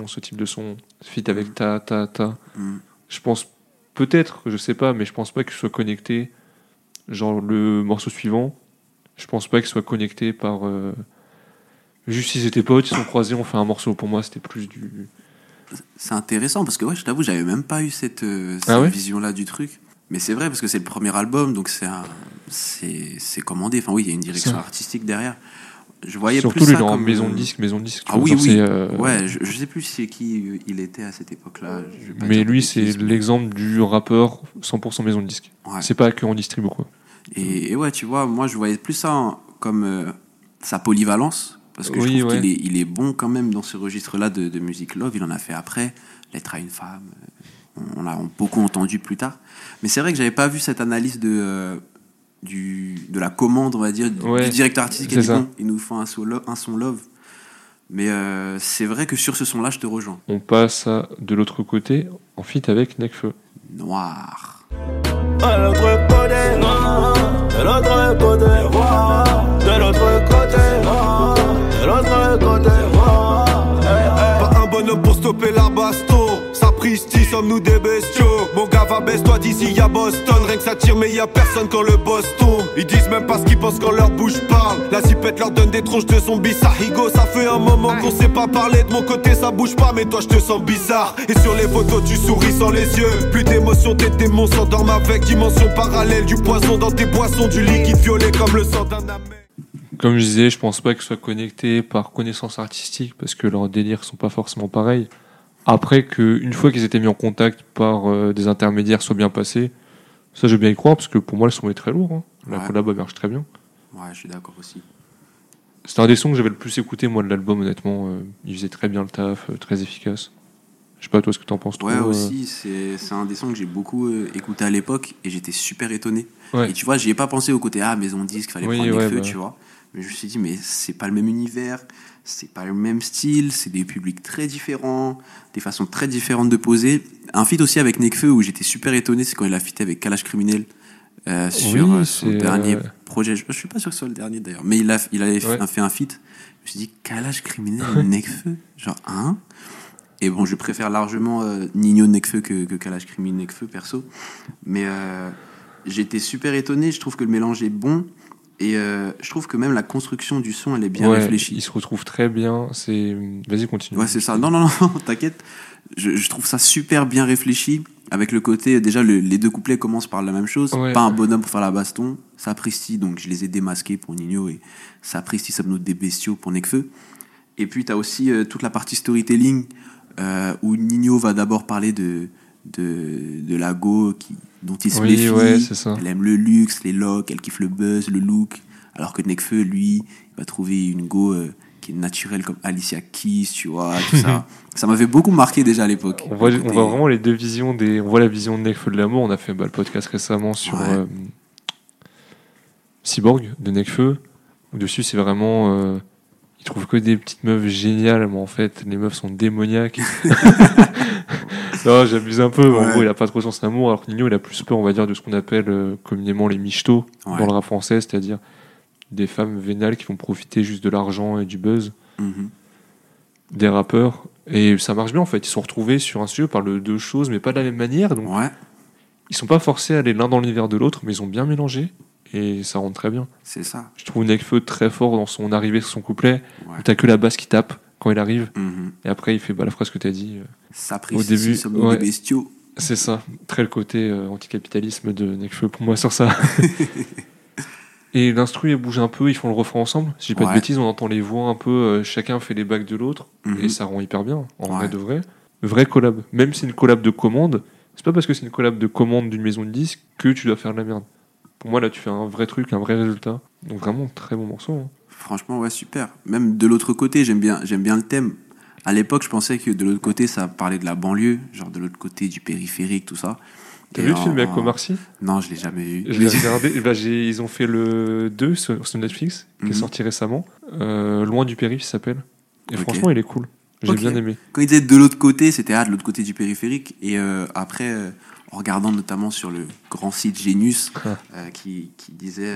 fit avec ta. Je pense peut-être, je sais pas, mais je pense pas que ce soit connecté. Genre le morceau suivant, je pense pas qu'il soit connecté par... juste s'ils étaient potes, ils sont croisés, on fait un morceau. Pour moi, c'était plus du... C'est intéressant parce que je t'avoue, j'avais même pas eu cette vision-là du truc. Mais c'est vrai parce que c'est le premier album, donc c'est commandé. Enfin oui, il y a une direction artistique derrière. Je voyais surtout plus lui ça dans comme maison de disque. Ah oui. Ouais, je sais plus c'est qui il était à cette époque-là. Mais lui, c'est l'exemple du rappeur 100% maison de disque. Ouais. C'est pas que on distribue quoi. Et ouais, tu vois, moi je voyais plus ça comme sa polyvalence, parce que je trouve qu'il est bon quand même dans ce registre-là de musique love. Il en a fait après, Lettre à une femme, on l'a beaucoup entendu plus tard. Mais c'est vrai que j'avais pas vu cette analyse de la commande, on va dire, du directeur artistique. Il nous faut un son love. Mais c'est vrai que sur ce son-là, je te rejoins. On passe de l'autre côté, en feat avec Nekfeu. Noir. À l'autre côté, noir. De l'autre côté, noir. De l'autre côté, noir. De l'autre côté, noir. Pas un bonhomme pour stopper la baston. Sapristi, sommes-nous des bestiaux. Mon gars va baisse-toi d'ici y'a Boston. Rien que ça tire mais y'a personne quand le boss tombe. Ils disent même pas ce qu'ils pensent quand leur bouche parle. La zipette leur donne des tronches de zombies. Ça higo, ça fait un moment qu'on sait pas parler. De mon côté ça bouge pas mais toi je te sens bizarre. Et sur les photos tu souris sans les yeux. Plus d'émotions, tes démons s'endorment avec dimension parallèle. Du poison dans tes boissons, du liquide violet comme le sang d'un amène. Comme je disais, je pense pas qu'ils soient connectés par connaissance artistique parce que leurs délires sont pas forcément pareils. Après qu'une fois qu'ils étaient mis en contact par des intermédiaires soit bien passé, ça je veux bien y croire parce que pour moi le son est très lourd. Hein. La collab marche très bien. Ouais, je suis d'accord aussi. C'était un des sons que j'avais le plus écouté moi de l'album honnêtement. Il faisait très bien le taf, très efficace. Je sais pas toi ce que t'en penses. Ouais, aussi c'est un des sons que j'ai beaucoup écouté à l'époque et j'étais super étonné. Ouais. Et tu vois, j'y ai pas pensé au côté maison disque, fallait prendre des feux, tu vois. Mais je me suis dit mais c'est pas le même univers. C'est pas le même style, c'est des publics très différents, des façons très différentes de poser. Un feat aussi avec Nekfeu où j'étais super étonné, c'est quand il a featé avec Kalash Criminel sur son dernier projet. Je suis pas sûr que ce soit le dernier d'ailleurs, mais il avait fait un feat. Je me suis dit Kalash Criminel et Nekfeu, genre Et bon, je préfère largement Nino Nekfeu que Kalash Criminel Nekfeu perso, mais j'étais super étonné. Je trouve que le mélange est bon. Et je trouve que même la construction du son, elle est bien réfléchie. Il se retrouve très bien. Vas-y, continue. Ouais, c'est ça. Non, t'inquiète. Je trouve ça super bien réfléchi. Avec le côté, déjà, les deux couplets commencent par la même chose. Ouais. Pas un bonhomme pour faire la baston. Sapristi, donc je les ai démasqués pour Nino. Et Sapristi, sommes-nous des bestiaux pour Nekfeu. Et puis, t'as aussi toute la partie storytelling où Nino va d'abord parler de la go dont il se méfie. Ouais, c'est ça. Elle aime le luxe, les locks, elle kiffe le buzz, le look. Alors que Nekfeu, lui, il va trouver une go qui est naturelle comme Alicia Keys, tu vois, tout ça. Ça m'avait beaucoup marqué déjà à l'époque. On voit vraiment les deux visions. On voit la vision de Nekfeu de l'amour. On a fait le podcast récemment sur Cyborg de Nekfeu. Dessus, c'est vraiment il trouve que des petites meufs géniales, mais en fait, les meufs sont démoniaques. Non, j'abuse un peu. En gros, il a pas trop sens d'amour, alors que Nino, il a plus peur, on va dire, de ce qu'on appelle communément les michtos dans le rap français, c'est-à-dire des femmes vénales qui vont profiter juste de l'argent et du buzz des rappeurs. Et ça marche bien, en fait. Ils sont retrouvés sur un sujet, ils parlent de deux choses, mais pas de la même manière. Donc, ils sont pas forcés à aller l'un dans l'univers de l'autre, mais ils ont bien mélangé. Et ça rentre très bien. C'est ça. Je trouve Nekfeu très fort dans son arrivée sur son couplet. Où t'as que la basse qui tape quand il arrive. Et après, il fait la phrase que t'as dit. Ça au début, sommes des bestiaux. C'est ça. Très le côté anticapitalisme de Nekfeu pour moi sur ça. Et l'instru, il bouge un peu, ils font le refrain ensemble. Si j'ai pas de bêtises, on entend les voix un peu. Chacun fait les bacs de l'autre. Et ça rend hyper bien. En vrai de vrai. Vraie collab. Même si c'est une collab de commande, c'est pas parce que c'est une collab de commande d'une maison de disques que tu dois faire de la merde. Pour moi, là, tu fais un vrai truc, un vrai résultat. Donc vraiment, très bon morceau. Hein. Franchement, ouais, super. Même de l'autre côté, j'aime bien le thème. À l'époque, je pensais que de l'autre côté, ça parlait de la banlieue, genre de l'autre côté du périphérique, tout ça. T'as vu le film avec Omar Sy ? Non, je l'ai jamais vu. Je l'ai regardé. Ils ont fait le 2 sur Netflix, qui est sorti récemment. Loin du périph', ça s'appelle. Et franchement, il est cool. J'ai bien aimé. Quand ils disaient de l'autre côté, c'était de l'autre côté du périphérique. Et après... en regardant notamment sur le grand site Genius, qui disait,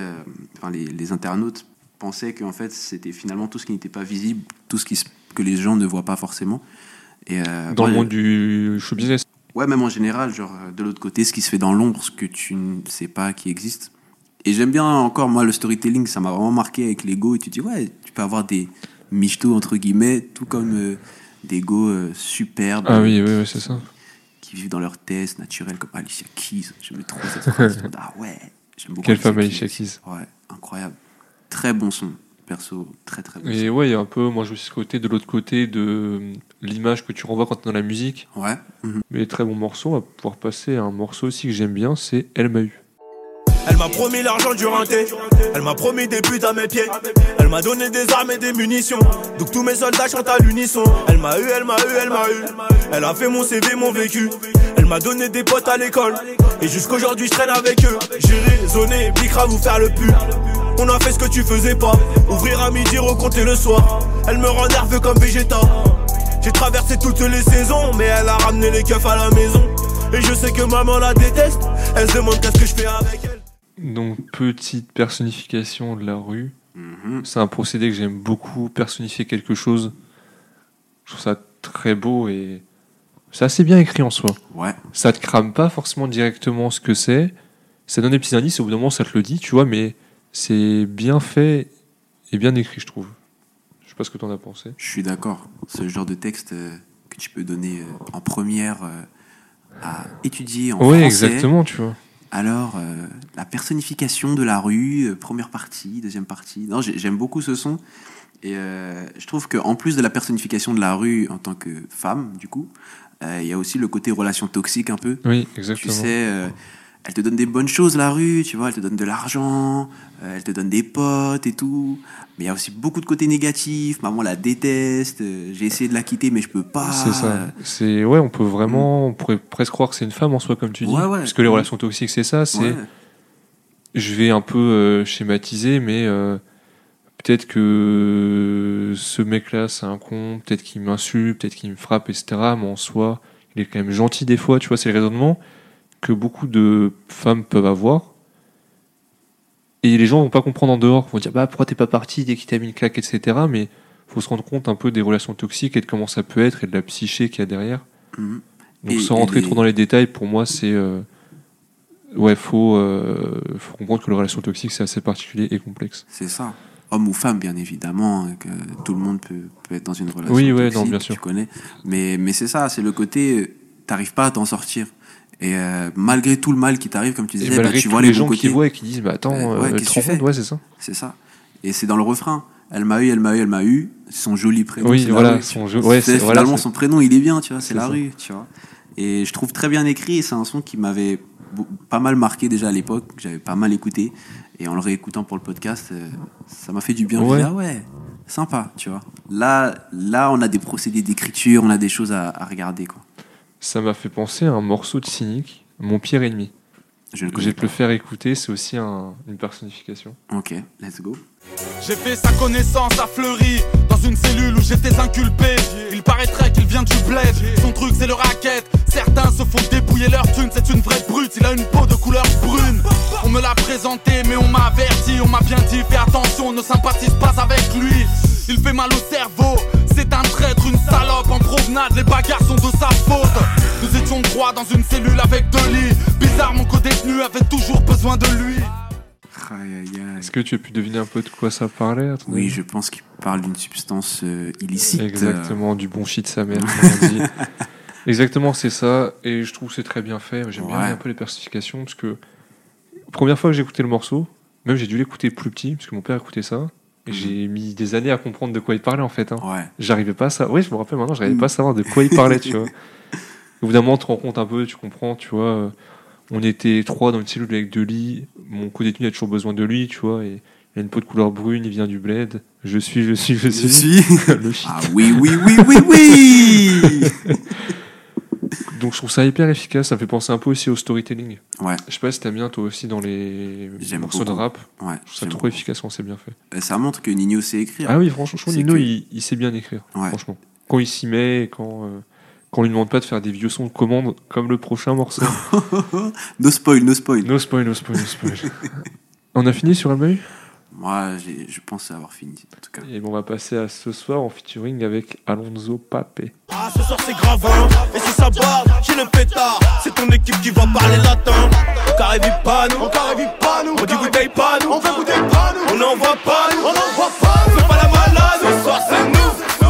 les internautes pensaient qu'en fait c'était finalement tout ce qui n'était pas visible, tout ce que les gens ne voient pas forcément. Et, dans le monde du show business. Ouais, même en général, genre de l'autre côté, ce qui se fait dans l'ombre, ce que tu ne sais pas qui existe. Et j'aime bien encore, moi, le storytelling, ça m'a vraiment marqué avec l'ego. Et tu te dis, ouais, tu peux avoir des michtos, entre guillemets, tout comme des go superbes. Ah oui, c'est ça. Qui vivent dans leur thèse naturelle, comme Alicia Keys. J'aime trop cette phrase. Ah ouais, j'aime beaucoup. Quelle femme Alicia Keys. Ouais, incroyable. Très bon son, perso, très très bon son. Et ouais, il y a un peu, moi je vois ce côté, de l'autre côté de l'image que tu renvoies quand tu es dans la musique. Ouais. Mais très bon morceau, on va pouvoir passer à un morceau aussi que j'aime bien, c'est Elle m'a eu. Elle m'a promis l'argent du rinté, elle m'a promis des buts à mes pieds, elle m'a donné des armes et des munitions, donc tous mes soldats chantent à l'unisson. Elle m'a eu, elle m'a eu, elle m'a eu, elle a fait mon CV, mon vécu, elle m'a donné des potes à l'école, et jusqu'aujourd'hui je traîne avec eux. J'ai raisonné, Bicra vous faire le pub, on a fait ce que tu faisais pas, ouvrir à midi, recompter le soir, elle me rend nerveux comme Vegeta. J'ai traversé toutes les saisons, mais elle a ramené les keufs à la maison, et je sais que maman la déteste, elle se demande qu'est-ce que je fais avec elle. Donc, petite personnification de la rue. C'est un procédé que j'aime beaucoup. Personnifier quelque chose, je trouve ça très beau et c'est assez bien écrit en soi. Ouais. Ça te crame pas forcément directement ce que c'est. Ça donne des petits indices et au bout d'un moment, ça te le dit, tu vois, mais c'est bien fait et bien écrit, je trouve. Je sais pas ce que t'en as pensé. Je suis d'accord. C'est le genre de texte que tu peux donner en première à étudier en français. Oui, exactement, tu vois. Alors, la personnification de la rue, première partie, deuxième partie. Non, j'aime beaucoup ce son. Et je trouve qu'en plus de la personnification de la rue en tant que femme, du coup, il y a aussi le côté relation toxique un peu. Oui, exactement. Tu sais, elle te donne des bonnes choses, la rue, tu vois, elle te donne de l'argent, elle te donne des potes et tout. Mais il y a aussi beaucoup de côtés négatifs. Maman la déteste, j'ai essayé de la quitter, mais je peux pas. C'est ça. On peut vraiment, on pourrait presque croire que c'est une femme en soi, comme tu dis. Ouais. Parce que les relations toxiques, c'est ça. Je vais un peu schématiser, mais peut-être que ce mec-là, c'est un con, peut-être qu'il m'insulte, peut-être qu'il me frappe, etc. Mais en soi, il est quand même gentil des fois, tu vois, c'est le raisonnement que beaucoup de femmes peuvent avoir. Et les gens vont pas comprendre en dehors, vont dire pourquoi t'es pas parti dès qu'il t'a mis une claque, etc. Mais faut se rendre compte un peu des relations toxiques et de comment ça peut être et de la psyché qu'il y a derrière. Donc sans rentrer trop dans les détails, pour moi c'est faut comprendre que les relations toxiques c'est assez particulier et complexe. C'est ça. Homme ou femme, bien évidemment, que tout le monde peut être dans une relation toxique, non, bien sûr. tu connais. Mais c'est ça, c'est le côté t'arrives pas à t'en sortir. Et malgré tout le mal qui t'arrive, comme tu disais, tu vois les gens qui voient et qui disent attends, qu'est-ce que tu fais ? Ouais, c'est ça. C'est ça. Et c'est dans le refrain. Elle m'a eu, elle m'a eu, elle m'a eu. C'est son joli prénom. Oui, voilà, finalement son prénom, il est bien, tu vois, c'est la ça. rue, tu vois. Et je trouve très bien écrit, et c'est un son qui m'avait pas mal marqué déjà à l'époque, que j'avais pas mal écouté. Et en le réécoutant pour le podcast, ça m'a fait du bien. Ouais. Je me dis, sympa, tu vois. Là, on a des procédés d'écriture, on a des choses à regarder, quoi. Ça m'a fait penser à un morceau de Cynic, Mon pire ennemi. Je ne Je connais vais te pas. le faire écouter, c'est aussi une personnification. Ok, let's go. J'ai fait sa connaissance à Fleury, dans une cellule où j'étais inculpé. Il paraîtrait qu'il vient du bled, son truc c'est le racket. Certains se font dépouiller leur thune, c'est une vraie brute, il a une peau de couleur brune. On me l'a présenté mais on m'a averti, on m'a bien dit fais attention, ne sympathise pas avec lui. Il fait mal au cerveau, c'est un traître, une salope. En promenade, les bagarres sont de sa faute. Nous étions trois dans une cellule avec 2 lits. Bizarre, mon co-détenu avait toujours besoin de lui. Aïe, aïe, aïe. Est-ce que tu as pu deviner un peu de quoi ça parlait à ton Oui, avis je pense qu'il parle d'une substance illicite. Exactement, du bon shit de sa mère, comme on dit. Exactement, c'est ça, et je trouve que c'est très bien fait. J'aime bien Ouais. un peu les personnifications, parce que première fois que j'ai écouté le morceau, même j'ai dû l'écouter plus petit, parce que mon père écoutait ça, et j'ai mis des années à comprendre de quoi il parlait en fait. Hein. Ouais. J'arrivais pas à savoir, oui, je me rappelle maintenant, j'arrivais pas à savoir de quoi il parlait, tu vois. Au bout d'un moment, tu te rends compte un peu, tu comprends, tu vois. On était 3 dans une cellule avec 2 lits, mon co-détenu a toujours besoin de lui, tu vois, et il a une peau de couleur brune, il vient du bled. Je suis. Je suis. Le shit. Ah oui, oui, oui, oui, oui. Donc je trouve ça hyper efficace, ça me fait penser un peu aussi au storytelling. Ouais, Je sais pas si t'aimes bien toi aussi dans les J'aime morceaux de beaucoup. rap. ouais. Je trouve ça j'aime trop beaucoup. efficace quand c'est bien fait. Ça montre que Nino sait écrire. Ah oui, franchement, C'est Nino, que- il sait bien écrire. Ouais. Franchement. Quand il s'y met, et quand on lui demande pas de faire des vieux sons de commande comme le prochain morceau. No spoil, no spoil. No spoil, no spoil, no spoil. On a fini sur Almahu? Moi, je pense avoir fini, en tout cas. Et bon, on va passer à ce soir en featuring avec Alonso Pape. Ah, ce soir c'est grave, hein. Et si ça barre, j'ai le pétard. C'est ton équipe qui va parler latin. Encore évite pas nous, on dit bouteille pas nous, on fait bouteille pas nous, on n'envoie pas nous, on fait pas la malade. Ce soir c'est nous.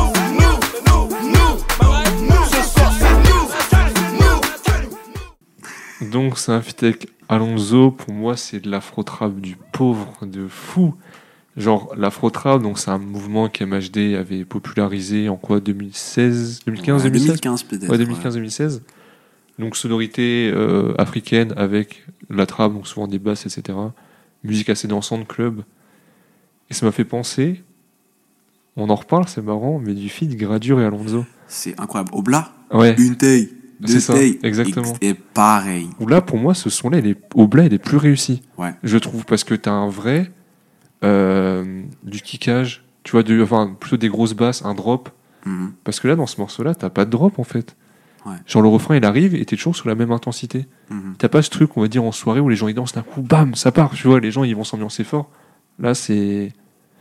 Ce soir c'est nous. Donc c'est un feat avec Alonso, pour moi c'est de l'afro-trap du pauvre, de fou. Genre l'afro-trap, donc c'est un mouvement qu'MHD avait popularisé en quoi, 2016, 2015, Ouais, 2016 2015 peut-être. Ouais, 2015-2016. Donc sonorité africaine avec la trap, donc souvent des basses, etc. Musique assez dansante, club. Et ça m'a fait penser, on en reparle, c'est marrant, mais du feat Gradure et Alonso. C'est incroyable. Obla, Ouais, une taille, C'est deux ça, tailles. exactement. Et pareil. où là pour moi ce son-là, Obla, il est plus réussi. Ouais. Je trouve, parce que t'as un vrai du kickage, tu vois, enfin plutôt des grosses basses, un drop. Mhm. Parce que là, dans ce morceau-là, t'as pas de drop en fait. Ouais. Genre le refrain il arrive et t'es toujours sur la même intensité. Mhm. T'as pas ce truc, on va dire, en soirée où les gens ils dansent d'un coup, bam, ça part, tu vois, les gens ils vont s'ambiancer fort. Là, c'est.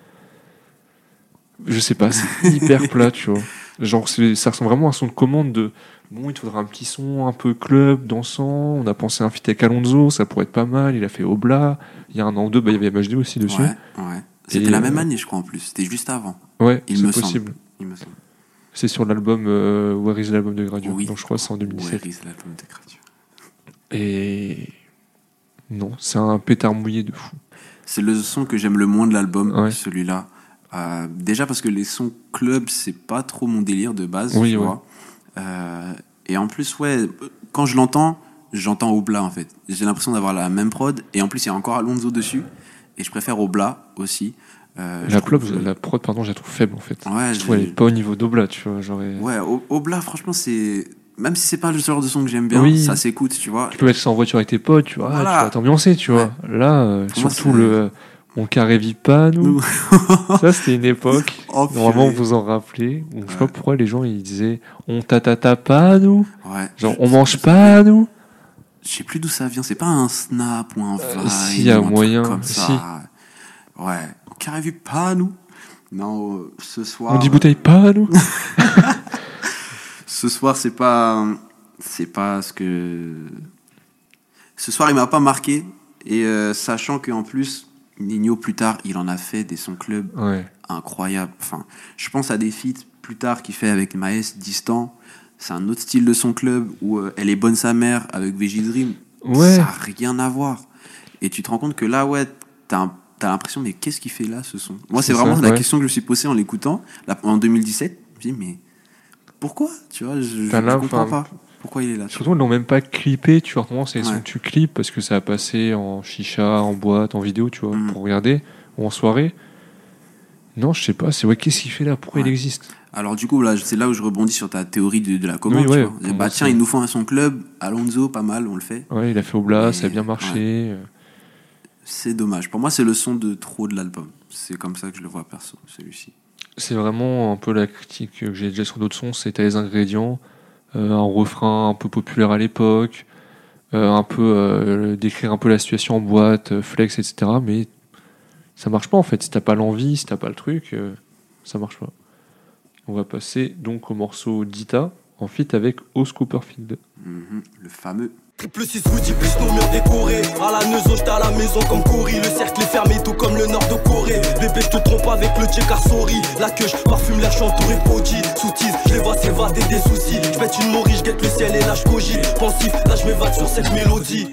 Je sais pas, c'est hyper plat, tu vois. Genre, ça ressemble vraiment à un son de commande de. Bon, il te faudra un petit son un peu club, dansant. On a pensé à un feat avec Alonso, ça pourrait être pas mal. Il a fait Obla. Il y a un an ou deux, bah, il y avait MHD aussi dessus. Ouais, ouais. C'était Et, la même année, je crois, en plus. C'était juste avant, Ouais, Il c'est me possible. il me semble. C'est sur l'album Where is l'album de Gradure. Oui. Donc je crois que c'est en 2017. Where is l'album de Gradure. Et. Non, c'est un pétard mouillé de fou. C'est le son que j'aime le moins de l'album, Ouais. celui-là. Déjà parce que les sons club, c'est pas trop mon délire de base, Oui, tu ouais. vois. Et en plus, ouais, quand je l'entends, j'entends Obla, en fait. J'ai l'impression d'avoir la même prod, et en plus, il y a encore Alonso dessus, et je préfère Obla aussi. Je trouve- La prod, pardon, je la trouve faible en fait. Ouais, Je trouve qu'elle est pas au niveau d'Obla, tu vois. Genre, Ouais, Obla, franchement, c'est... Même si c'est pas le genre de son que j'aime bien, Oui. ça s'écoute, tu vois. tu peux mettre ça en voiture avec tes potes, tu vois, Voilà. tu vas t'ambiancer, tu vois. Là, Pour moi, surtout c'est- le on carré vit pas, nous. Ça, c'était une époque. Oh, Normalement, purée. vous vous en rappelez. Je sais Ouais. pas pourquoi les gens ils disaient on tatata pas, nous. Ouais. Genre, on mange pas, nous. Je sais plus d'où ça vient, c'est pas un snap ou un vibe si, y a ou un truc moyen, comme si. ça. Ouais. On carré vu pas, nous. Non, ce soir... On dit bouteille pas, nous. Ce soir, c'est pas ce que... Ce soir, il m'a pas marqué. Et sachant qu'en plus, Nino, plus tard, il en a fait des sons club Ouais. incroyables. Enfin, je pense à des feats plus tard qu'il fait avec Maes, Distant. C'est un autre style de son club où Elle est bonne sa mère avec Veggie Dream. Ouais. Ça n'a rien à voir. Et tu te rends compte que là, ouais, t'as l'impression, mais qu'est-ce qu'il fait là, ce son? Moi, c'est C'est vraiment ça, la ouais. question que je me suis posée en l'écoutant. Là, en 2017, je me dis, mais pourquoi? Tu vois, je T'as là, comprends enfin, pas. Pourquoi il est là? Surtout, ils l'ont même pas clippé, tu vois. Vraiment, c'est les sons Ouais. que tu clips parce que ça a passé en chicha, en boîte, en vidéo, tu vois, Mhm. pour regarder, ou en soirée. Non, je sais pas. C'est qu'est-ce qu'il fait là? Pourquoi il existe? Alors du coup, là, c'est là où je rebondis sur ta théorie de la commande. Oui, tu ouais, vois. Tiens, il nous faut un son club. Alonso, pas mal, on le fait. Ouais, il a fait Oblast, ça a bien marché. C'est dommage. Pour moi, c'est le son de trop de l'album. C'est comme ça que je le vois perso, celui-ci. C'est vraiment un peu la critique que j'ai déjà sur d'autres sons. C'est t'as les ingrédients, un refrain un peu populaire à l'époque, un peu décrire un peu la situation en boîte, flex, etc. Mais ça marche pas en fait. Si t'as pas l'envie, si t'as pas le truc, ça marche pas. On va passer donc au morceau Dita en feat avec Ose Copperfield. Le fameux. Triple 6 Woody plus nos murs décorés. À la Neuzo, j'étais à la maison comme Cory. Le cercle est fermé tout comme le nord de Corée. Bébé, je te trompe avec le Tchekar Sori. La queue, je parfume l'air, je suis entouré de Poggi. Sous-tise, je les vois s'évader des soucis. Je pète une morue, je guette le ciel et là je cogite. Pensif, là je m'évade sur cette mélodie.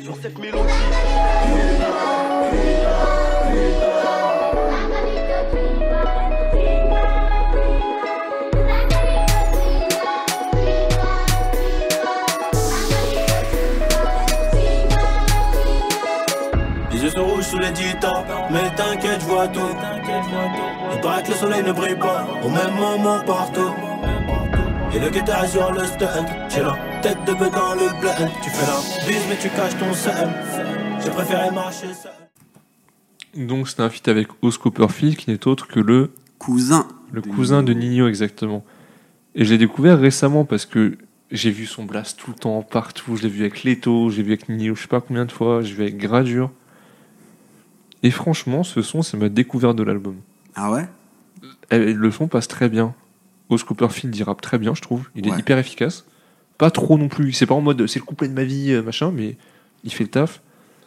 Les yeux sont rouges sous les Dita, mais t'inquiète, je vois tout. Il paraît que le soleil ne brille pas au même moment partout. Et le guetteur est sur le stand. J'ai la tête de bœuf dans le blend. Tu fais la bise mais tu caches ton seum. J'ai préféré marcher seul. Donc c'est un feat avec Ose Copperfield qui n'est autre que le cousin de Nino, exactement. Et je l'ai découvert récemment parce que j'ai vu son blast tout le temps, partout. Je l'ai vu avec Leto, j'ai vu avec Nino, je sais pas combien de fois, j'ai vu avec Gradure. Et franchement, ce son, c'est ma découverte de l'album. Ah ouais? Le son passe très bien. Ose Copperfield, il rappe très bien, je trouve. Il est hyper efficace. Pas trop non plus. C'est pas en mode c'est le couplet de ma vie, machin, mais il fait le taf.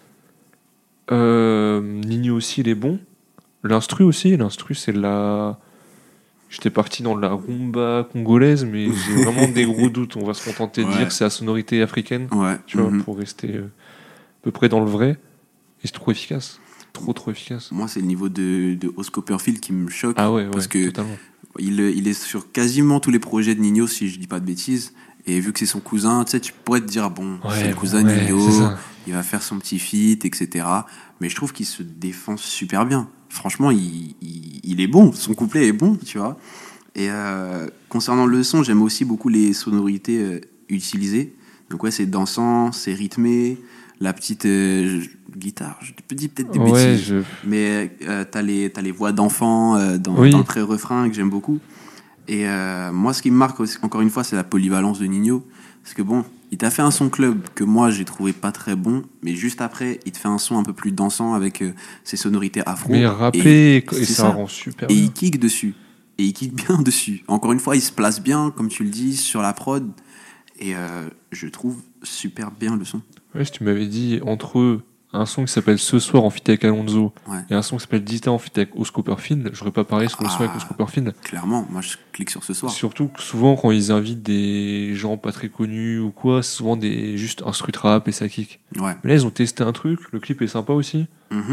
Nino aussi, il est bon. L'instru aussi. L'instru, c'est la. J'étais parti dans la rumba congolaise, mais j'ai vraiment des gros doutes. On va se contenter de dire que c'est la sonorité africaine. Tu vois, pour rester à peu près dans le vrai. Et c'est trop efficace. Trop efficace. Moi, c'est le niveau de Ose Copperfield qui me choque. Ah ouais, parce que totalement. Il est sur quasiment tous les projets de Nino, si je dis pas de bêtises. Et vu que c'est son cousin, tu sais, tu pourrais te dire, c'est le cousin de Nino, il va faire son petit feat, etc. Mais je trouve qu'il se défend super bien. Franchement, il est bon. Son couplet est bon, tu vois. Et concernant le son, j'aime aussi beaucoup les sonorités utilisées. Donc ouais, c'est dansant, c'est rythmé. La petite guitare, je te dis peut-être des bêtises, mais t'as les voix d'enfants dans le pré-refrain que j'aime beaucoup. Et moi, ce qui me marque aussi, encore une fois, c'est la polyvalence de Nino. Parce que il t'a fait un son club que moi, j'ai trouvé pas très bon, mais juste après, il te fait un son un peu plus dansant avec ses sonorités afro. Mais rappé, et ça rend super bien. Et il kick dessus. Et il kick bien dessus. Encore une fois, il se place bien, comme tu le dis, sur la prod. Et je trouve super bien le son. Ouais, si tu m'avais dit entre eux un son qui s'appelle Ce soir en feat avec Alonso et un son qui s'appelle Dita en feat avec Ose Copperfield, j'aurais pas parlé sur le son avec Ose Copperfield. Clairement, moi je clique sur Ce soir. Surtout que souvent quand ils invitent des gens pas très connus ou quoi, c'est souvent juste un street rap et ça kick. Ouais. Mais là ils ont testé un truc, le clip est sympa aussi.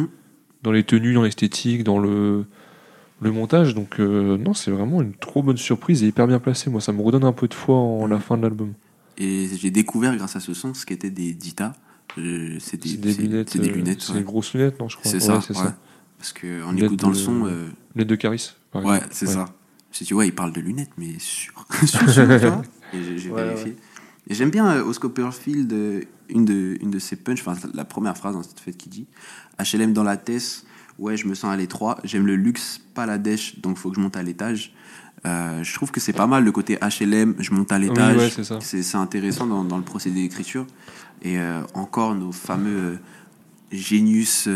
Dans les tenues, dans l'esthétique, dans le montage, donc non, c'est vraiment une trop bonne surprise et hyper bien placé. Moi ça me redonne un peu de foi en la fin de l'album. Et j'ai découvert grâce à ce son ce qu'étaient des Dita. C'est des lunettes. C'est des grosses lunettes, non, je crois. C'est ça. Parce qu'en écoutant le son. Lunettes de Caris. Ouais, c'est ça. Je me suis dit, il parle de lunettes, mais sûr, tu vois. Et j'ai vérifié. Et j'aime bien Ose Copperfield, une de ses punches, la première phrase dans cette fête qui dit HLM dans la tête, ouais, je me sens à l'étroit, j'aime le luxe, pas la dèche, donc faut que je monte à l'étage. Je trouve que c'est pas mal le côté HLM, je monte à l'étage. Oui, ouais, c'est intéressant dans le procédé d'écriture. Et encore nos fameux Genius,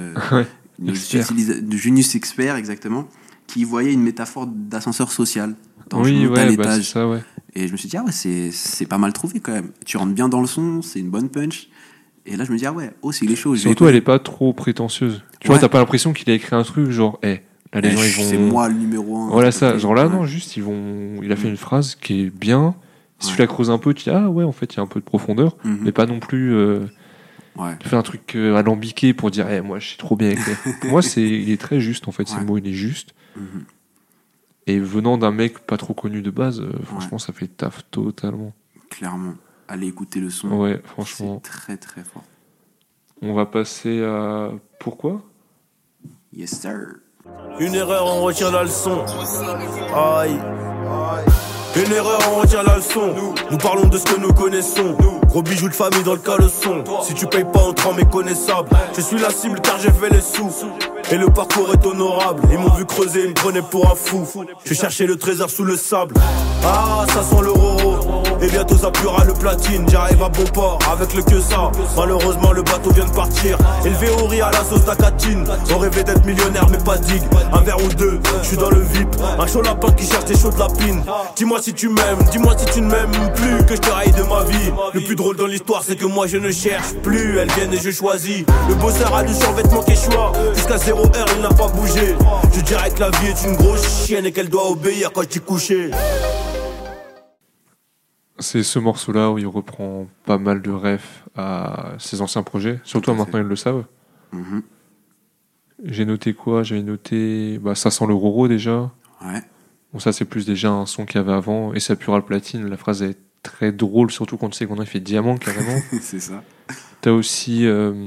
Genius Expert, exactement, qui voyaient une métaphore d'ascenseur social. Je monte à l'étage. C'est ça, ouais. Et je me suis dit, c'est pas mal trouvé quand même. Tu rentres bien dans le son, c'est une bonne punch. Et là, je me dis, c'est les choses. Surtout, elle est pas trop prétentieuse. Tu vois, t'as pas l'impression qu'il a écrit un truc genre, là, les gens, ils vont... C'est moi le numéro 1. Voilà ça. Genre là, non, juste, il a fait une phrase qui est bien. Si tu la creuses un peu, tu dis, en fait, il y a un peu de profondeur. Mais pas non plus... faire un truc alambiqué pour dire, moi, je suis trop bien avec Pour moi, il est très juste, en fait. C'est le mot, il est juste. Et venant d'un mec pas trop connu de base, franchement, ça fait le taf totalement. Clairement. Allez écouter le son. Ouais, franchement. C'est très, très fort. On va passer à... Pourquoi ? Yes, sir. Une erreur, on retire la leçon. Aïe. Une erreur, on retire la leçon. Nous parlons de ce que nous connaissons. Gros bijoux de famille dans le caleçon. Si tu payes pas, on te rend méconnaissable. Je suis la cible car j'ai fait les sous. Et le parcours est honorable. Ils m'ont vu creuser, ils me prenaient pour un fou. Je cherchais le trésor sous le sable. Ah, ça sent le roro. Et bientôt ça puera le platine. J'arrive à bon port avec le que ça. Malheureusement le bateau vient de partir. Élevé au riz à la sauce d'acatine. On rêvait d'être millionnaire mais pas digue. Un verre ou deux, je suis dans le VIP. Un chaud lapin qui cherche des chaudes lapines. Dis-moi si tu m'aimes, dis-moi si tu ne m'aimes plus. Que je te raille de ma vie. Le plus drôle dans l'histoire c'est que moi je ne cherche plus. Elles viennent et je choisis. Le bosseur a du survêtement Quechua. Jusqu'à 0 heure il n'a pas bougé. Je dirais que la vie est une grosse chienne et qu'elle doit obéir quand je dis coucher. C'est ce morceau-là où il reprend pas mal de refs à ses anciens projets. Surtout maintenant, ils le savent. Mm-hmm. J'ai noté quoi ? J'avais noté ça sent le roro déjà. Ouais. Bon, ça, c'est plus déjà un son qu'il y avait avant. Et ça pura le platine. La phrase est très drôle, surtout quand tu sais qu'on a fait diamant carrément. C'est ça. T'as aussi.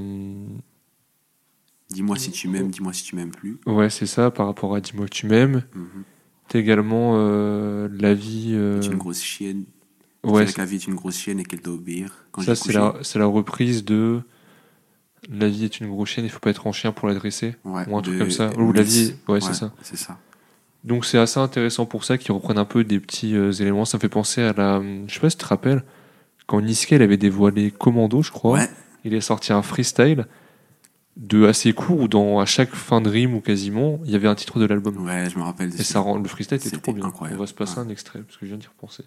Dis-moi si tu m'aimes, dis-moi si tu m'aimes plus. Ouais, c'est ça, par rapport à Dis-moi que tu m'aimes. Mm-hmm. T'as également La vie. C'est une grosse chienne. Ouais, que la vie est une grosse chienne et qu'elle doit obéir. Quand ça, c'est la reprise de La vie est une grosse chienne, il faut pas être en chien pour la dresser. Ouais, ou un truc comme ça. Ou la vie. Ouais, c'est ça. C'est ça. Donc c'est assez intéressant pour ça qu'ils reprennent un peu des petits éléments. Ça me fait penser à la. Je sais pas si tu te rappelles, quand Niska avait dévoilé Commando, je crois, il est sorti un freestyle de assez court où à chaque fin de rime ou quasiment, il y avait un titre de l'album. Ouais, je me rappelle. Et ça rend le freestyle était trop bien. Incroyable. On va se passer un extrait parce que je viens d'y repenser.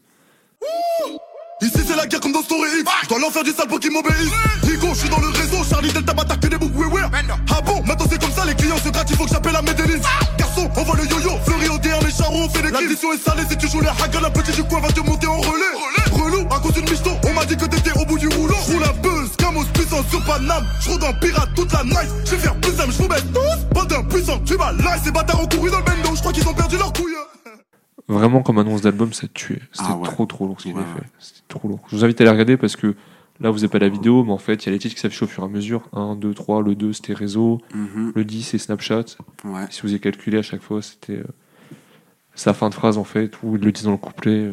Ici c'est la guerre comme dans Story X. Je dois leur faire du sale pour qu'ils m'obéissent. Nico, je suis dans le réseau. Charlie Delta m'attaque que des boucs, ouais. Ah bon, maintenant c'est comme ça, les clients se grattent, il faut que j'appelle la Medellin. Garçon, on voit le yo-yo, fleuri au DR, les charros, on fait des crimes. L'addition est salée, si tu joues les haggles, un petit du coin va te monter en relais. Relou, à cause d'une michto, on m'a dit que t'étais au bout du rouleau. Roule un buzz, camos puissant sur Paname. Je roule en pirate toute la night. Je vais faire plus je vous mets tous. Bande d'impuissants, tu vas là, ces bâtards ont couru dans le bendo. Je crois qu'ils ont perdu leur couille. Vraiment, comme annonce d'album, ça tuait. C'était trop lourd ce qu'il avait fait. C'était trop lourd. Je vous invite à aller regarder parce que là, vous n'avez pas la vidéo, mais en fait, il y a les titres qui s'affichent au fur et à mesure. 1, 2, 3, le 2, c'était réseau. Le 10, c'est Snapchat. Ouais. Si vous avez calculé à chaque fois, c'était sa fin de phrase, en fait, où il le dit dans le couplet.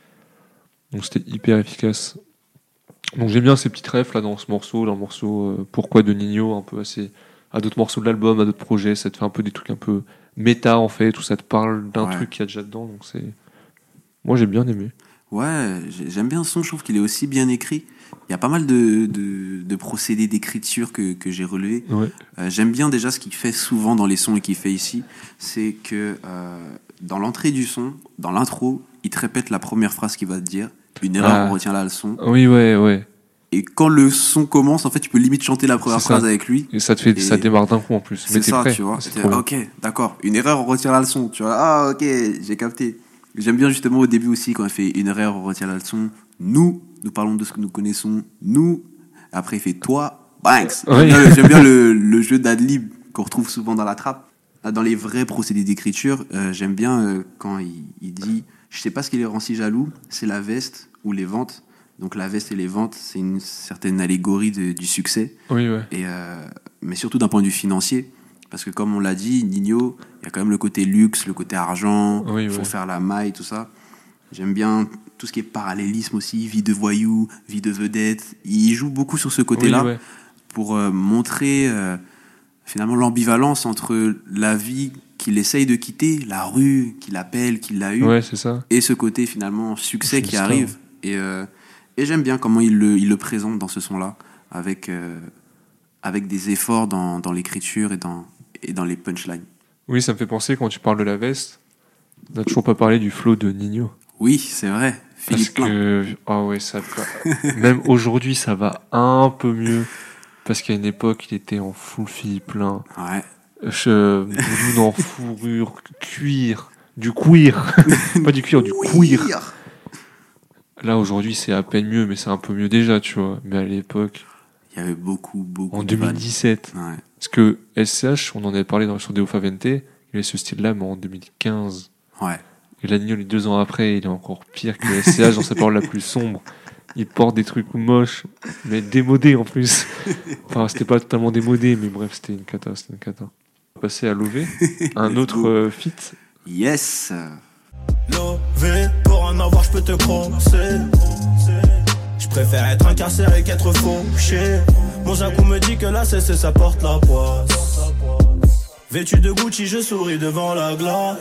Donc, c'était hyper efficace. Donc, j'aime bien ces petites refs là dans ce morceau, dans le morceau Pourquoi de Nino, un peu assez à d'autres morceaux de l'album, à d'autres projets. Ça te fait un peu des trucs un peu méta en fait, où ça te parle d'un truc qu'il y a déjà dedans, donc c'est. Moi j'ai bien aimé. Ouais, j'aime bien ce son, je trouve qu'il est aussi bien écrit. Il y a pas mal de procédés d'écriture que j'ai relevés. Ouais. J'aime bien déjà ce qu'il fait souvent dans les sons et qu'il fait ici, c'est que dans l'entrée du son, dans l'intro, il te répète la première phrase qu'il va te dire. Une erreur, on retient la leçon. Oui, ouais. Et quand le son commence, en fait, tu peux limite chanter la première phrase avec lui. Et ça te fait, ça démarre d'un coup en plus. C'est ça, tu vois. Ok, d'accord. Une erreur, on retire la leçon. Tu vois. Ah, ok, j'ai capté. J'aime bien justement au début aussi quand il fait une erreur, on retire la leçon. Nous parlons de ce que nous connaissons. Nous. Après, il fait toi, banks. Oui. J'aime bien le jeu d'adlib qu'on retrouve souvent dans la trappe. Dans les vrais procédés d'écriture, j'aime bien quand il dit, je sais pas ce qui les rend si jaloux, c'est la veste ou les ventes. Donc la veste et les ventes, c'est une certaine allégorie du succès. Oui, ouais. Mais surtout d'un point de vue financier. Parce que comme on l'a dit, Nino, il y a quand même le côté luxe, le côté argent, faut faire la maille, tout ça. J'aime bien tout ce qui est parallélisme aussi, vie de voyou, vie de vedette. Il joue beaucoup sur ce côté-là pour montrer finalement l'ambivalence entre la vie qu'il essaye de quitter, la rue qu'il appelle, qu'il a eue, c'est ça. Et ce côté finalement succès qui arrive. Et j'aime bien comment il le présente dans ce son-là, avec des efforts dans l'écriture et dans les punchlines. Oui, ça me fait penser, quand tu parles de la veste, on n'a toujours pas parlé du flow de Nino. Oui, c'est vrai. Philippe parce que, même aujourd'hui, ça va un peu mieux. Parce qu'à une époque, il était en full Philippe Plein. Ouais. Boudoune en fourrure, cuir. Du cuir. Pas du cuir, du cuir. Là, aujourd'hui, c'est à peine mieux, mais c'est un peu mieux déjà, tu vois. Mais à l'époque... Il y avait beaucoup en 2017. Ouais. Parce que SCH, on en avait parlé sur Deo Favente, il avait ce style-là, mais en 2015. Ouais. Et Lanigno, les 2 ans après, il est encore pire que SCH dans sa parole la plus sombre. Il porte des trucs moches, mais démodés en plus. Enfin, c'était pas totalement démodé, mais bref, c'était une cata. passer à Lové, un autre feat. Yes. Lové, pour en avoir, je peux te crosser. Je préfère être incarcéré qu'être fauché. Mon Jacou me dit que la CC ça porte la poisse. Vêtu de Gucci, je souris devant la glace.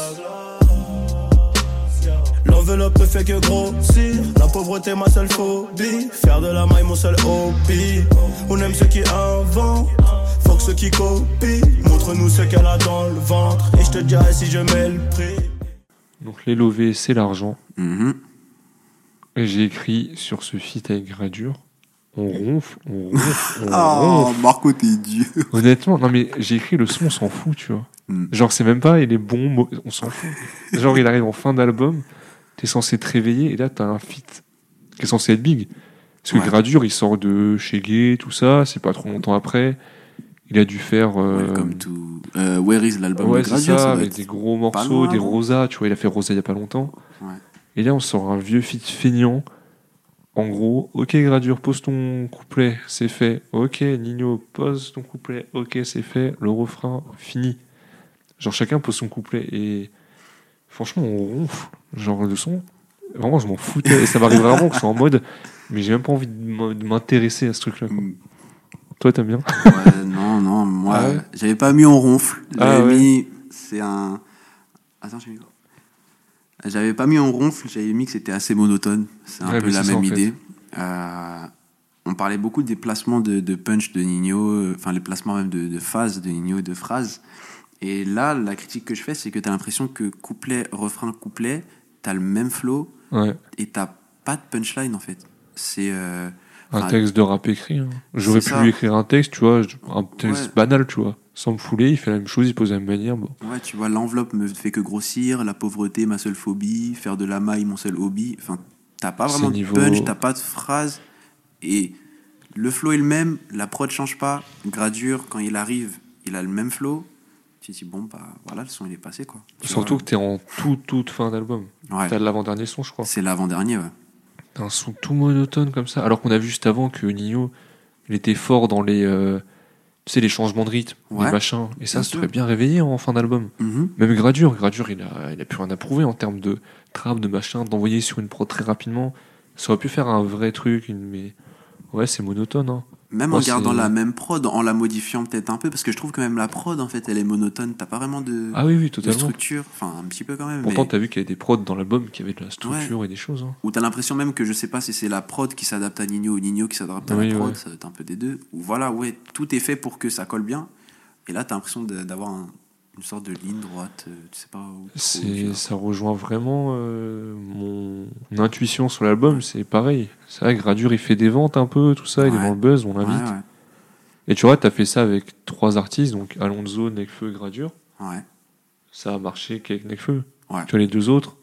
L'enveloppe ne fait que grossir. La pauvreté ma seule phobie. Faire de la maille mon seul hobby. On aime ceux qui inventent, faut que ceux qui copient. Montre-nous ce qu'elle a dans le ventre et je te dirai si je mets le prix. Donc les lovés, c'est l'argent. Mm-hmm. Et j'ai écrit sur ce feat avec Gradure, on ronfle, on Oh, ronfle. Marco, t'es Dieu. Honnêtement, non mais j'ai écrit le son, on s'en fout, tu vois. Genre c'est même pas, il est bon, on s'en fout. Genre il arrive en fin d'album, t'es censé te réveiller et là t'as un feat qui est censé être big. Parce que Gradure, il sort de chez Gay, tout ça, c'est pas trop longtemps après. Il a dû faire... Welcome to... Where is l'album ouais, de c'est Gradure, ça, doit avec être des gros morceaux, loin, des non Rosa, tu vois, il a fait Rosa il y a pas longtemps. Ouais. Et là on sort un vieux feat feignant. En gros, ok Gradure, pose ton couplet, c'est fait. Ok Nino, pose ton couplet, ok c'est fait. Le refrain, fini. Genre chacun pose son couplet et franchement on ronfle. Genre le son, vraiment je m'en foutais. Et ça m'arrive vraiment que je sois en mode, mais j'ai même pas envie de m'intéresser à ce truc-là. Quoi. Toi t'aimes bien? Ouais, non, moi Ah ouais j'avais pas mis on ronfle. J'avais ouais. mis... C'est un... Attends, j'ai mis quoi? J'avais pas mis en ronfle, j'avais mis que c'était assez monotone. C'est un peu la même idée. On parlait beaucoup des placements de punch de Ninho, enfin les placements même de phases de Ninho, de phrases. Et là, la critique que je fais, c'est que t'as l'impression que couplet, refrain, couplet, t'as le même flow et t'as pas de punchline en fait. C'est un texte de rap écrit. Hein. J'aurais pu écrire un texte, tu vois, un texte banal, tu vois. Sans me fouler, il fait la même chose, il pose la même manière. Bon. Ouais, tu vois, l'enveloppe me fait que grossir, la pauvreté, ma seule phobie, faire de la maille, mon seul hobby. Enfin, t'as pas vraiment de punch, t'as pas de phrase. Et le flow est le même, la prod change pas. Gradure, quand il arrive, il a le même flow. Tu te dis, bon, bah voilà, le son il est passé, quoi. Surtout que t'es en toute fin d'album. Ouais. T'as l'avant-dernier son, je crois. C'est l'avant-dernier, ouais. T'as un son tout monotone comme ça. Alors qu'on a vu juste avant que Ninho, il était fort dans les. Tu sais, les changements de rythme, les machins. Et ça serait bien réveillé en fin d'album. Mm-hmm. Même Gradure, il a plus rien à prouver en termes de trap, de machin, d'envoyer sur une prod très rapidement. Ça aurait pu faire un vrai truc, mais ouais, c'est monotone. Hein. Même en gardant la même prod, en la modifiant peut-être un peu, parce que je trouve que même la prod, en fait, elle est monotone. T'as pas vraiment de structure. Enfin, un petit peu quand même. Pourtant, t'as vu qu'il y avait des prods dans l'album qui avaient de la structure et des choses. Hein. Ou t'as l'impression même que je sais pas si c'est la prod qui s'adapte à Ninho ou Ninho qui s'adapte à la prod, ça doit être un peu des deux. Ou voilà, tout est fait pour que ça colle bien. Et là, t'as l'impression d'avoir une sorte de ligne droite, tu sais pas où. Ça rejoint vraiment mon intuition sur l'album, c'est pareil. C'est vrai que Gradure, il fait des ventes un peu, tout ça, il est dans le buzz, on l'invite. Ouais. Et tu vois, t'as fait ça avec 3 artistes, donc Alonso, Nekfeu et Gradure. Ouais. Ça a marché qu'avec Nekfeu. Ouais. Tu vois, les deux autres,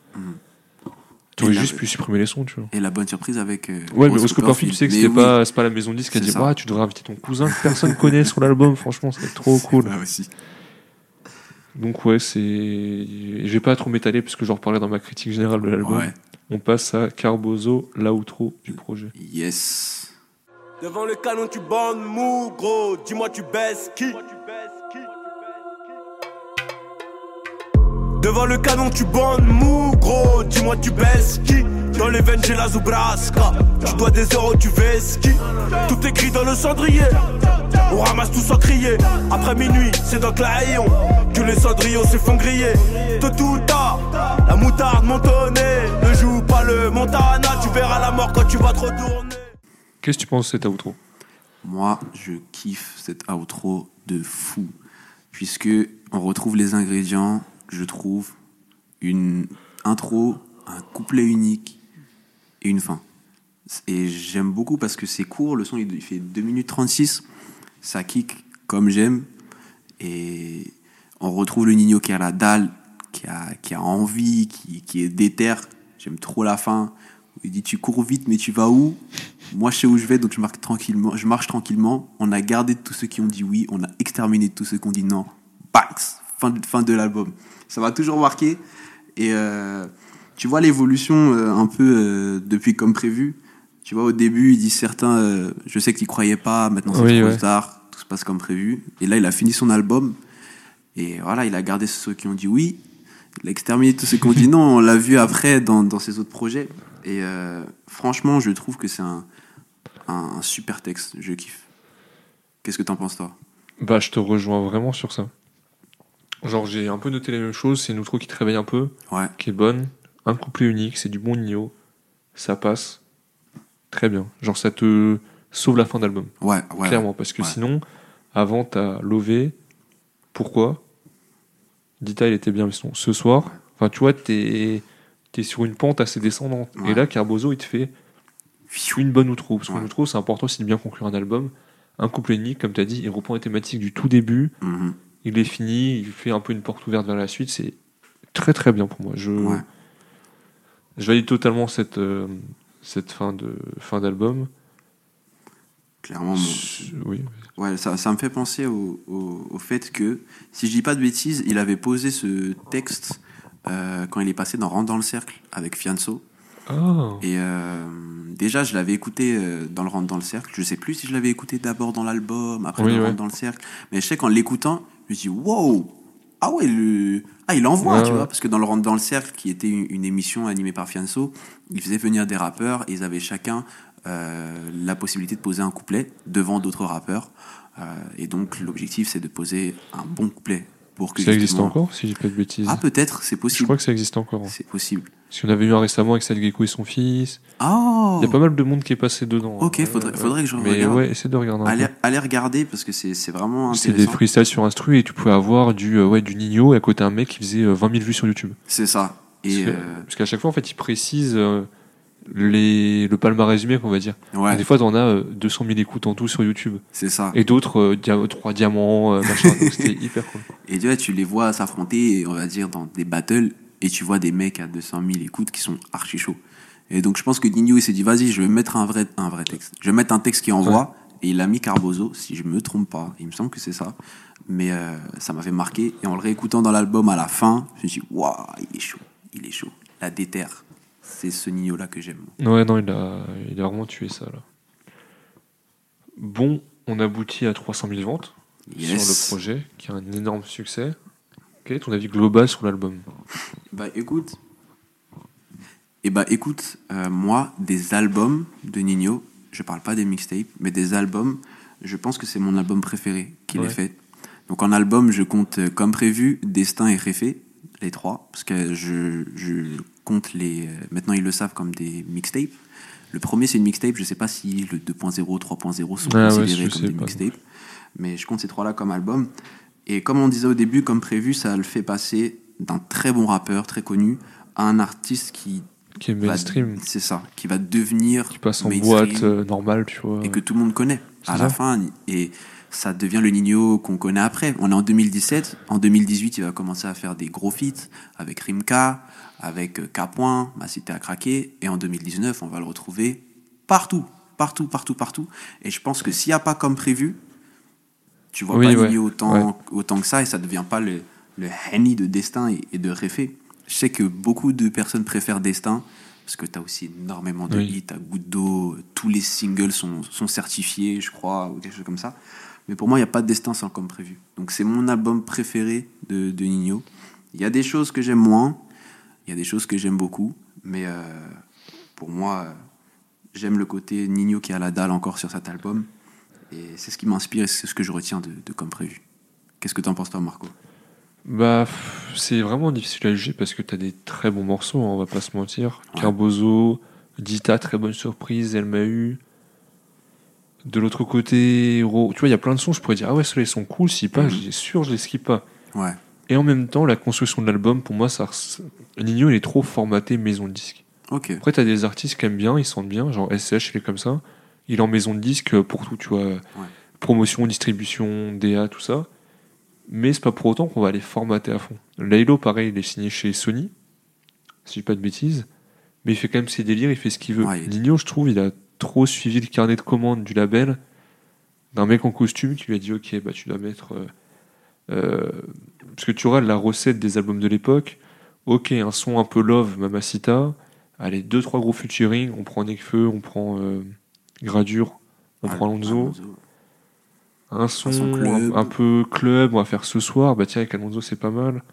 tu aurais juste pu supprimer les sons, tu vois. Et la bonne surprise avec... ouais, mais Rose Copperfield, tu sais que c'est pas la maison de disque qui a dit « tu devrais inviter ton cousin que personne connaît sur l'album, franchement, c'est trop cool. » aussi. Donc ouais, je vais pas trop m'étaler parce que j'en reparlerai dans ma critique générale de l'album. Ouais. On passe à Carbozo, l'outro du projet. Yes. Devant le canon tu bandes mou, gros, dis-moi tu baisses qui? Devant le canon tu bandes mou, gros, dis-moi tu baisses qui? Dans les veines j'ai la Zubraska. Tu dois des euros, tu fais ski. Tout écrit dans le cendrier. On ramasse tout sans crier. Après minuit, c'est dans Claillon que les cendrillons se font griller. De tout tard, la moutarde montonnée. Ne joue pas le Montana, tu verras la mort quand tu vas te retourner. Qu'est-ce que tu penses de cet outro? Moi, je kiffe cet outro de fou. Puisque on retrouve les ingrédients, je trouve, une intro, un couplet unique et une fin. Et j'aime beaucoup parce que c'est court, le son il fait 2 minutes 36, ça kick comme j'aime, et on retrouve le Ninho qui a la dalle, qui a envie, qui est déter. J'aime trop la fin, où il dit tu cours vite mais tu vas où? Moi je sais où je vais, donc je marche tranquillement. On a gardé tous ceux qui ont dit oui, on a exterminé tous ceux qui ont dit non. Bax, fin de l'album. Ça m'a toujours marqué, et tu vois l'évolution un peu depuis comme prévu. Tu vois, au début, ils disent certains, je sais qu'ils croyaient pas, maintenant c'est trop tard, tout se passe comme prévu. Et là, il a fini son album. Et voilà, il a gardé ceux qui ont dit oui. Il a exterminé tous ceux qui ont dit non. On l'a vu après dans ses autres projets. Et franchement, je trouve que c'est un super texte. Je kiffe. Qu'est-ce que t'en penses, toi? Bah, je te rejoins vraiment sur ça. Genre, j'ai un peu noté les mêmes choses. C'est une outro qui te réveille un peu, Ouais. qui est bonne. Un couplet unique, c'est du bon Nino. Ça passe. Très bien. Genre, ça te sauve la fin d'album. Ouais. Clairement, parce que sinon, avant, t'as Lové. Pourquoi? Dita, il était bien, mais sinon, ce soir, enfin, tu vois, t'es sur une pente assez descendante. Ouais. Et là, Carbozo, il te fait une bonne outro. Parce qu'une outro, c'est important aussi de bien conclure un album. Un couplet unique, comme t'as dit, il reprend les thématiques du tout début. Mhm. Il est fini, il fait un peu une porte ouverte vers la suite. C'est très très bien pour moi. Je valide totalement cette fin d'album. Clairement, Oui. ouais, ça me fait penser au fait que, si je dis pas de bêtises, il avait posé ce texte quand il est passé dans Rentre dans le cercle avec Fianso. Ah. Et déjà, je l'avais écouté dans le Rentre dans le cercle. Je sais plus si je l'avais écouté d'abord dans l'album, après dans Rentre dans le cercle. Mais je sais qu'en l'écoutant, je me suis dit, wow! Ah ouais, il envoie, tu vois, parce que dans le Rentre dans le cercle, qui était une émission animée par Fianso, il faisait venir des rappeurs et ils avaient chacun la possibilité de poser un couplet devant d'autres rappeurs. Et donc, l'objectif, c'est de poser un bon couplet. Pour que ça existe encore, si j'ai pas de bêtises? Ah, peut-être, c'est possible. Je crois que ça existe encore. C'est possible. Parce qu'on avait eu un récemment avec Seth Gecko et son fils. Oh! Il y a pas mal de monde qui est passé dedans. Ok, faudrait que je regarde. Mais ouais, essaie de regarder. Allez regarder parce que c'est vraiment intéressant. C'est des freestyles sur instru et tu pouvais avoir du Nino et à côté un mec qui faisait 20 000 vues sur YouTube. C'est ça. Et parce qu'à chaque fois, en fait, il précise le palmarès du mec, on va dire. Ouais. Et des fois, t'en as 200 000 écoutes en tout sur YouTube. C'est ça. Et d'autres 3 diamants, machin. Donc c'était hyper cool. Et tu les vois s'affronter, on va dire, dans des battles, et tu vois des mecs à 200 000 écoutes qui sont archi chauds. Et donc je pense que Nino, il s'est dit, vas-y, je vais mettre un vrai texte. Je vais mettre un texte qui envoie, et il a mis Carbozo, si je me trompe pas. Il me semble que c'est ça. Mais ça m'avait marqué, et en le réécoutant dans l'album à la fin, je me suis dit, waouh, il est chaud. La déterre. C'est ce Nino-là que j'aime. Ouais, non, il a vraiment tué ça, là. Bon, on aboutit à 300 000 ventes sur le projet, qui a un énorme succès. Quel est ton avis global sur l'album? Écoute, moi, des albums de Nino, je parle pas des mixtapes, mais des albums, je pense que c'est mon album préféré qu'il ait fait. Donc en album, je compte comme prévu Destin et Réfé, les trois, parce que je compte maintenant ils le savent comme des mixtapes. Le premier c'est une mixtape, je sais pas si le 2.0, 3.0 sont considérés comme des mixtapes, mais je compte ces trois-là comme album. Et comme on disait au début, comme prévu, ça le fait passer d'un très bon rappeur, très connu, à un artiste qui est mainstream. C'est ça, qui va devenir qui passe en boîte normale, tu vois. Et que tout le monde connaît à la fin. Et ça devient le Nino qu'on connaît après. On est en 2017. En 2018, il va commencer à faire des gros feats avec Rimka, avec K. Ma Cité a craqué. Et en 2019, on va le retrouver partout. Et je pense que s'il n'y a pas comme prévu, tu vois pas Nino autant que ça, et ça ne devient pas le Henny de Destin et de Réfé. Je sais que beaucoup de personnes préfèrent Destin, parce que tu as aussi énormément de hits, à Goutte d'eau, tous les singles sont certifiés, je crois, ou quelque chose comme ça. Mais pour moi, il n'y a pas de Destin sans comme prévu. Donc c'est mon album préféré de Nino. Il y a des choses que j'aime moins, il y a des choses que j'aime beaucoup, mais pour moi, j'aime le côté Nino qui a la dalle encore sur cet album. Et c'est ce qui m'inspire et c'est ce que je retiens de comme prévu. Qu'est-ce que t'en penses toi, Marco? C'est vraiment difficile à juger parce que t'as des très bons morceaux, hein, on va pas se mentir. Carbozo, Dita, très bonne surprise, Elle m'a eu. De l'autre côté, tu vois, il y a plein de sons, je pourrais dire, ah ouais, ceux-là ils sont cool, si pas, j'ai sûr, je les skip pas. Ouais. Et en même temps, la construction de l'album, pour moi, Nino, il est trop formaté maison de disque. Okay. Après, t'as des artistes qui aiment bien, ils sentent bien, genre SCH, il est comme ça. Il est en maison de disque pour tout, tu vois. Promotion, distribution, DA, tout ça. Mais c'est pas pour autant qu'on va les formater à fond. Laylo, pareil, il est signé chez Sony, si je dis pas de bêtises. Mais il fait quand même ses délires, il fait ce qu'il veut. Nino, je trouve, il a trop suivi le carnet de commandes du label d'un mec en costume qui lui a dit ok, bah tu dois mettre parce que tu auras la recette des albums de l'époque. Ok, un son un peu love, Mamacita. Allez, 2-3 gros featuring, on prend Nekfeu, on prend Gradure, on prend Alonso. Un son club. un peu club, on va faire ce soir. Bah tiens, avec Alonso, c'est pas mal.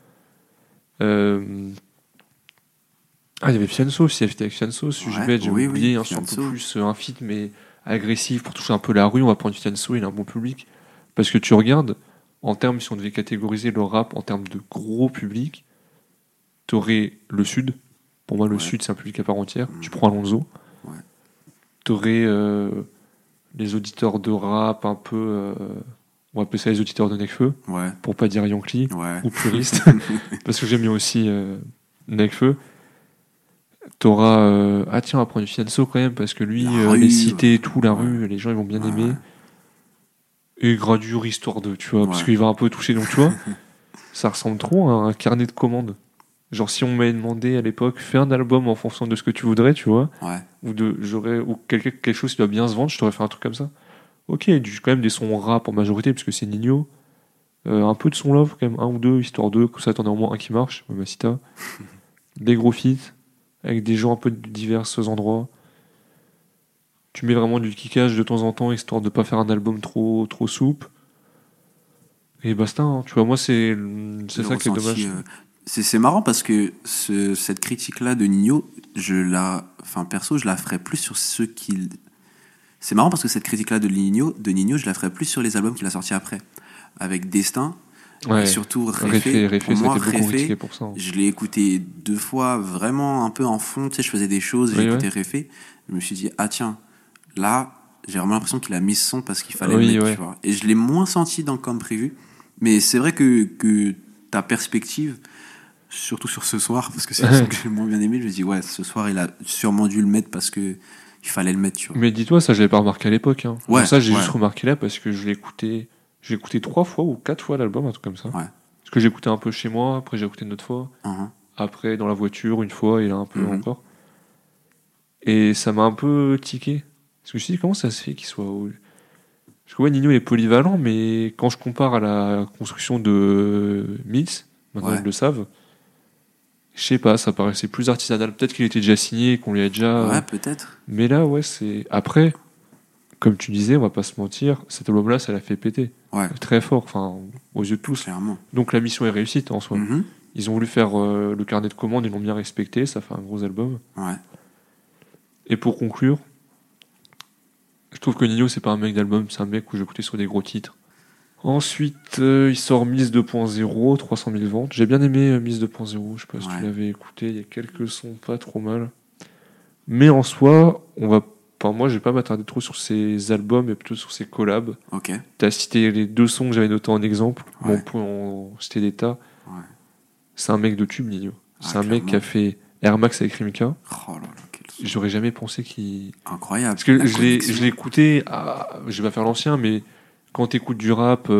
Ah, il y avait Fianso aussi, avec Fianso, Sujibet, j'ai oublié, un son un peu plus un feat, mais agressif, pour toucher un peu la rue, on va prendre Fianso, il a un bon public. Parce que tu regardes, en termes, si on devait catégoriser le rap en termes de gros public, t'aurais le Sud. Pour moi, le Sud, c'est un public à part entière. Tu prends Alonso. T'aurais les auditeurs de rap un peu... on va appeler ça les auditeurs de Nekfeu, pour pas dire Yankee ou puriste, parce que j'aime bien aussi Nekfeu. T'auras ah tiens, on va prendre Fianso quand même, parce que lui les cités et tout, la rue, les gens ils vont bien aimer. Et Gradure histoire de, tu vois, parce qu'il va un peu toucher, donc tu vois, ça ressemble trop à un carnet de commandes. Genre si on m'avait demandé à l'époque, fais un album en fonction de ce que tu voudrais, tu vois, ou quelque chose qui doit bien se vendre, je t'aurais fait un truc comme ça. Ok, quand même des sons rap en majorité, parce que c'est Nino. Un peu de son love, quand même, un ou deux, histoire de que ça t'en a au moins un qui marche, Mamacita. Des gros feats, avec des gens un peu de divers endroits. Tu mets vraiment du kickage de temps en temps, histoire de pas faire un album trop souple. Et basta, hein. Tu vois, moi, c'est ça qui est dommage. C'est marrant parce que cette critique-là de Nino, perso, je la ferais plus sur ceux qui... C'est marrant parce que cette critique-là de Nino, je la ferais plus sur les albums qu'il a sortis après. Avec Destin, et surtout Réfé. Pour moi, Réfé, pour ça, hein. Je l'ai écouté 2 fois, vraiment un peu en fond. Tu sais, je faisais des choses, j'ai écouté Réfé. Je me suis dit, ah tiens, là, j'ai vraiment l'impression qu'il a mis ce son parce qu'il fallait le mettre, tu vois. Et je l'ai moins senti dans Comme Prévu. Mais c'est vrai que ta perspective, surtout sur Ce Soir, parce que c'est le son que j'ai moins bien aimé, je me dis, ce soir, il a sûrement dû le mettre parce que il fallait le mettre, tu vois. Mais dis-toi, ça, je l'avais pas remarqué à l'époque. Hein. Ça, j'ai juste remarqué là parce que je l'ai écouté 3 fois ou 4 fois l'album, un truc comme ça. Parce que j'ai écouté un peu chez moi, après j'ai écouté une autre fois, après dans la voiture une fois et là un peu encore. Et ça m'a un peu tiqué. Parce que je me suis dit, comment ça se fait qu'il soit... Parce que Nino est polyvalent, mais quand je compare à la construction de Mills, maintenant ils le savent, je sais pas, ça paraissait plus artisanal. Peut-être qu'il était déjà signé, qu'on lui a déjà... Ouais, peut-être. Mais là, c'est... Après, comme tu disais, on va pas se mentir, cet album-là, ça l'a fait péter. Très fort, enfin, aux yeux de tous. Clairement. Donc la mission est réussie, en soi. Ils ont voulu faire le carnet de commandes, ils l'ont bien respecté, ça fait un gros album. Et pour conclure, je trouve que Nino, c'est pas un mec d'album, c'est un mec où j'écoutais sur des gros titres. Ensuite, il sort Miss 2.0, 300 000 ventes. J'ai bien aimé Miss 2.0, je sais pas si tu l'avais écouté, il y a quelques sons pas trop mal. Mais en soi, moi, je vais pas m'attarder trop sur ses albums, mais plutôt sur ses collabs. T'as cité les 2 sons que j'avais notés en exemple. Bon, pour en citer des tas. C'est un mec de tube, Nino. C'est un mec qui a fait Air Max avec Rimka. Oh là là, j'aurais jamais pensé qu'il... Incroyable. Parce que je l'ai écouté, je vais pas faire l'ancien, mais quand t'écoutes du rap,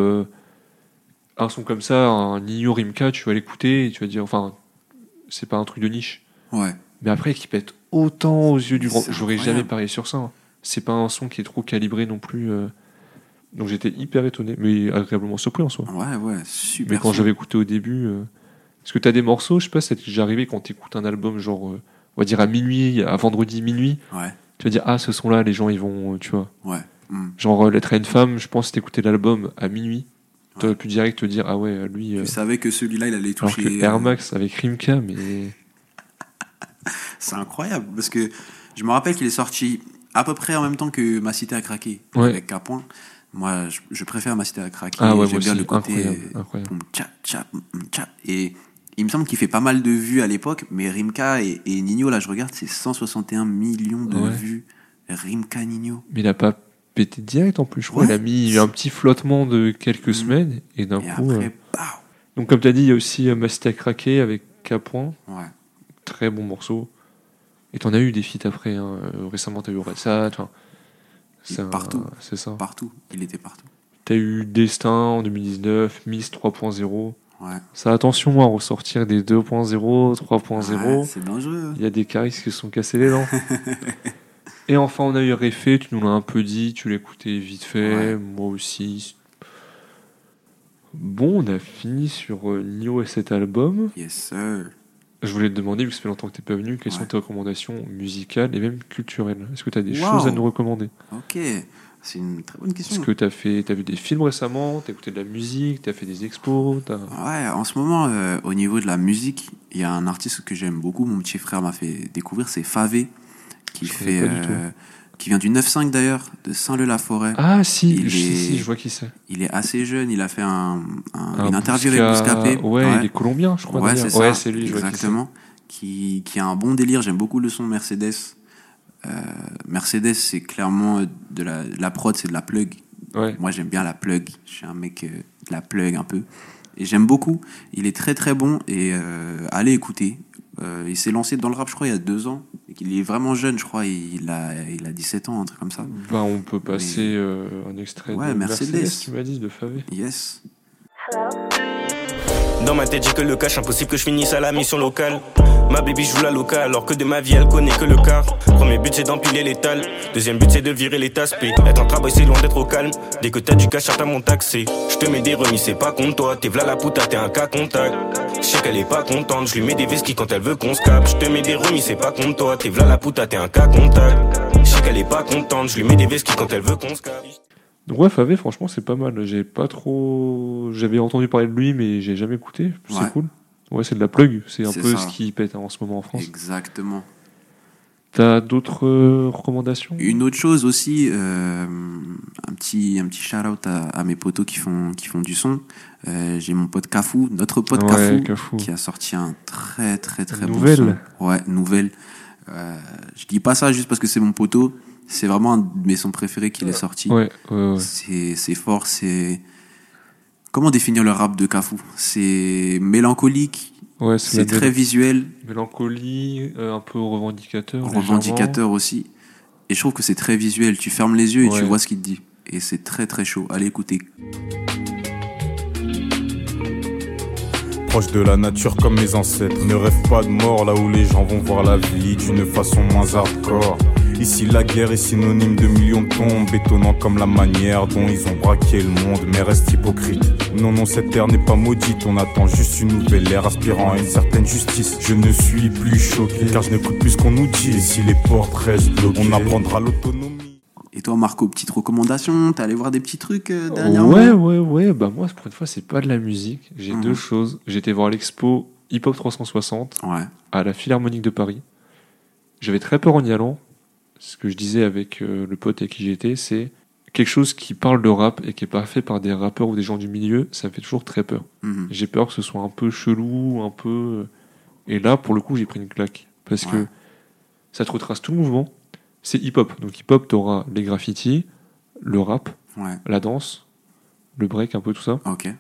un son comme ça, un Nino Rimka, tu vas l'écouter et tu vas dire, enfin, c'est pas un truc de niche. Mais après, qui pète autant aux yeux du grand... J'aurais jamais parié sur ça. Hein. C'est pas un son qui est trop calibré non plus. Donc j'étais hyper étonné, mais agréablement surpris en soi. Super. Mais quand j'avais écouté au début... Parce que t'as des morceaux, je sais pas, c'est déjà arrivé quand t'écoutes un album, genre, on va dire à minuit, à vendredi minuit, tu vas dire, ah, ce son-là, les gens, ils vont, tu vois. Genre, Lettre à une femme, je pense que t'écoutais l'album à minuit, t'aurais pu direct te dire, ah ouais, lui... Tu savais que celui-là, il allait toucher... Alors que Air Max avec Rimka, mais... C'est incroyable, parce que je me rappelle qu'il est sorti à peu près en même temps que Ma Cité a craqué, avec K-Point. Moi, je préfère Ma Cité a craqué, j'aime bien le côté... Incroyable. Et... Il me semble qu'il fait pas mal de vues à l'époque, mais Rimka et Nino, là, je regarde, c'est 161 millions de vues. Rimka, Nino. Mais il a pas pété direct en plus, je crois. Il a mis un petit flottement de quelques semaines, et d'un coup... Après, Donc, comme tu as dit, il y a aussi Mastic Craqué avec K-Point. Très bon morceau. Et t'en as eu des feats après. Hein. Récemment, t'as eu Ressa. Partout. C'est ça. Partout. Il était partout. T'as eu Destin en 2019, Miss 3.0. Ça, attention à ressortir des 2.0, 3.0. C'est dangereux. Il y a des caristes qui se sont cassés les dents. Et enfin, on a eu Réfé, tu nous l'as un peu dit, tu l'écoutais vite fait, moi aussi. Bon, on a fini sur Nio et cet album. Yes, sir. Je voulais te demander, vu que ça fait longtemps que tu n'es pas venu, quelles sont tes recommandations musicales et même culturelles? Est-ce que tu as des choses à nous recommander? Ok. C'est une très bonne question. Est-ce que t'as vu des films récemment? T'as écouté de la musique? T'as fait des expos? Ouais, en ce moment, au niveau de la musique, il y a un artiste que j'aime beaucoup, mon petit frère m'a fait découvrir, c'est Favé, qui vient du 9-5 d'ailleurs, de Saint-Leu-la-Forêt. Ah si, je vois qui c'est. Il est assez jeune, il a fait une interview avec Bouscapé. Ouais, il est colombien, je crois. Ouais, c'est ça. Ouais, c'est lui, exactement. Qui a un bon délire, j'aime beaucoup le son Mercedes. Mercedes, c'est clairement de la prod, c'est de la plug. Ouais. Moi, j'aime bien la plug. Je suis un mec de la plug un peu. Et j'aime beaucoup. Il est très très bon et allez écouter. Il s'est lancé dans le rap, je crois, il y a 2 ans. Et qu'il est vraiment jeune, je crois. Il a 17 ans, un truc comme ça. Bah, on peut passer un extrait de Mercedes, tu m'as dit, de Favé. Yes. Dans ma tête j'ai que le cash, impossible que je finisse à la mission locale. Ma baby joue la locale alors que de ma vie elle connaît que le quart. Premier but c'est d'empiler l'étal, deuxième but c'est de virer les tasses P. Être en travail c'est loin d'être au calme, dès que t'as du cash certains m'ont taxé. Je te mets des remis c'est pas contre toi, t'es v'là la puta t'es un cas contact. Je sais qu'elle est pas contente, je lui mets des vesquis quand elle veut qu'on se capte. Je te mets des remis c'est pas contre toi, t'es v'là la puta t'es un cas contact. Je sais qu'elle est pas contente, je lui mets des vesquis quand elle veut qu'on se capte. Donc ouais, Favé, franchement, c'est pas mal. J'avais entendu parler de lui, mais j'ai jamais écouté. C'est cool. Ouais, c'est de la plug. C'est un peu ce qui pète en ce moment en France. Exactement. T'as d'autres recommandations? Une autre chose aussi, un petit shout-out à mes potos qui font du son. J'ai mon pote Cafou, notre pote Cafou, qui a sorti un très très très bon son. Ouais, nouvelle. Je dis pas ça juste parce que c'est mon poteau. C'est vraiment un de mes sons préférés qu'il est sorti. Ouais. C'est fort, c'est... Comment définir le rap de Cafou? C'est mélancolique, c'est très visuel. Mélancolie, un peu revendicateur. Revendicateur aussi. Et je trouve que c'est très visuel. Tu fermes les yeux et tu vois ce qu'il te dit. Et c'est très très chaud. Allez écouter. Proche de la nature comme mes ancêtres. Ne rêve pas de mort là où les gens vont voir la vie d'une façon moins hardcore. Ici la guerre est synonyme de millions de tombes, étonnant comme la manière dont ils ont braqué le monde, mais reste hypocrite. Non, cette terre n'est pas maudite, on attend juste une nouvelle ère aspirant à une certaine justice. Je ne suis plus choqué, car je n'écoute plus ce qu'on nous dit. Et si les portes restent bloquées, on apprendra l'autonomie. Et toi Marco, petite recommandation, t'es allé voir des petits trucs dernièrement? Ouais, bah moi pour une fois c'est pas de la musique, j'ai 2 choses. J'ai été voir l'expo Hip Hop 360 à la Philharmonique de Paris. J'avais très peur en y allant. Ce que je disais avec le pote avec qui j'étais, c'est quelque chose qui parle de rap et qui est pas fait par des rappeurs ou des gens du milieu, ça me fait toujours très peur. J'ai peur que ce soit un peu chelou, un peu... Et là, pour le coup, j'ai pris une claque. Parce que ça te retrace tout le mouvement. C'est hip-hop. Donc hip-hop, t'auras les graffitis, le rap, la danse, le break, un peu tout ça. Ok.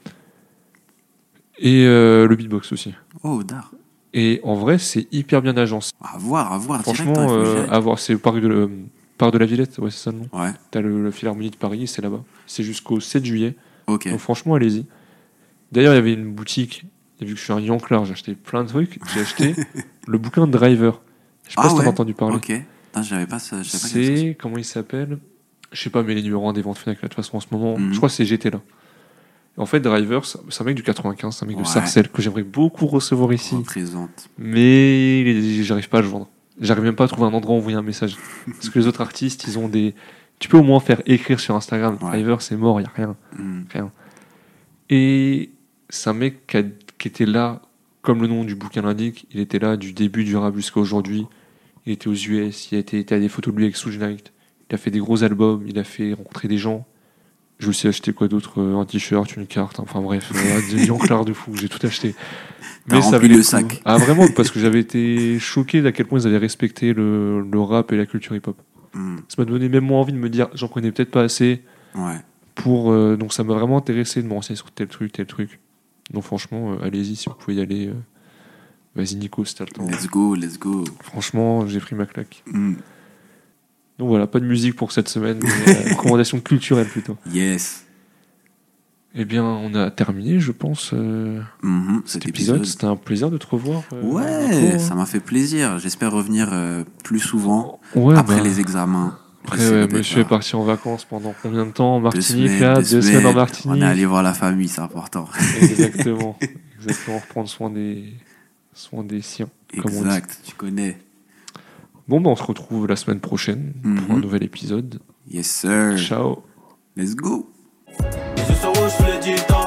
Et le beatbox aussi. Oh, d'art. Et en vrai, c'est hyper bien agencé. À voir. Franchement, à voir. C'est au parc de la Villette, ouais, c'est ça le nom. Ouais. T'as le Philharmonie de Paris, c'est là-bas. C'est jusqu'au 7 juillet. Ok. Donc franchement, allez-y. D'ailleurs, il y avait une boutique, et vu que je suis un yonclard, j'ai acheté plein de trucs. J'ai acheté le bouquin de Driver. Je sais pas si t'en as entendu parler. Ok. Non, j'avais pas ça. C'est, comment il s'appelle? Je sais pas, mais les numéros 1 des ventes Fnac, là, de toute façon, en ce moment, je crois que c'est GT là. En fait, Driver, c'est un mec du 95, c'est un mec de Sarcelles que j'aimerais beaucoup recevoir ici. Représente. Mais j'arrive pas à le joindre. J'arrive même pas à trouver un endroit où envoyer un message. Parce que les autres artistes, ils ont des... Tu peux au moins faire écrire sur Instagram. Driver, c'est mort, y a rien. Rien. Et c'est un mec qui était là, comme le nom du bouquin l'indique, il était là du début du rap jusqu'à aujourd'hui. Il était aux US, il a été à des photos de lui avec Suge Knight. Il a fait des gros albums, il a fait rencontrer des gens. J'ai aussi acheté quoi d'autre, un t-shirt, une carte, enfin bref, des yonclards de fou, j'ai tout acheté. Mais ça avait le sac. Ah vraiment, parce que j'avais été choqué d'à quel point ils avaient respecté le rap et la culture hip-hop. Ça m'a donné même moins envie de me dire, j'en connais peut-être pas assez. Pour, donc ça m'a vraiment intéressé de me renseigner sur tel truc. Donc franchement, allez-y si vous pouvez y aller. Vas-y Nico, si t'as le temps. Let's go. Franchement, j'ai pris ma claque. Donc voilà, pas de musique pour cette semaine, mais recommandation culturelle plutôt. Yes. Eh bien, on a terminé, je pense, cet épisode. C'était un plaisir de te revoir. Ouais, ça m'a fait plaisir. J'espère revenir plus souvent après les examens. Après, monsieur est parti en vacances pendant combien de temps en Martinique? 2 semaines en Martinique. On est allé voir la famille, c'est important. Exactement. Reprendre soin des siens. Exact, tu connais. Bon, on se retrouve la semaine prochaine pour un nouvel épisode. Yes, sir. Ciao. Let's go. Les yeux sont rouges sous les 10 ans.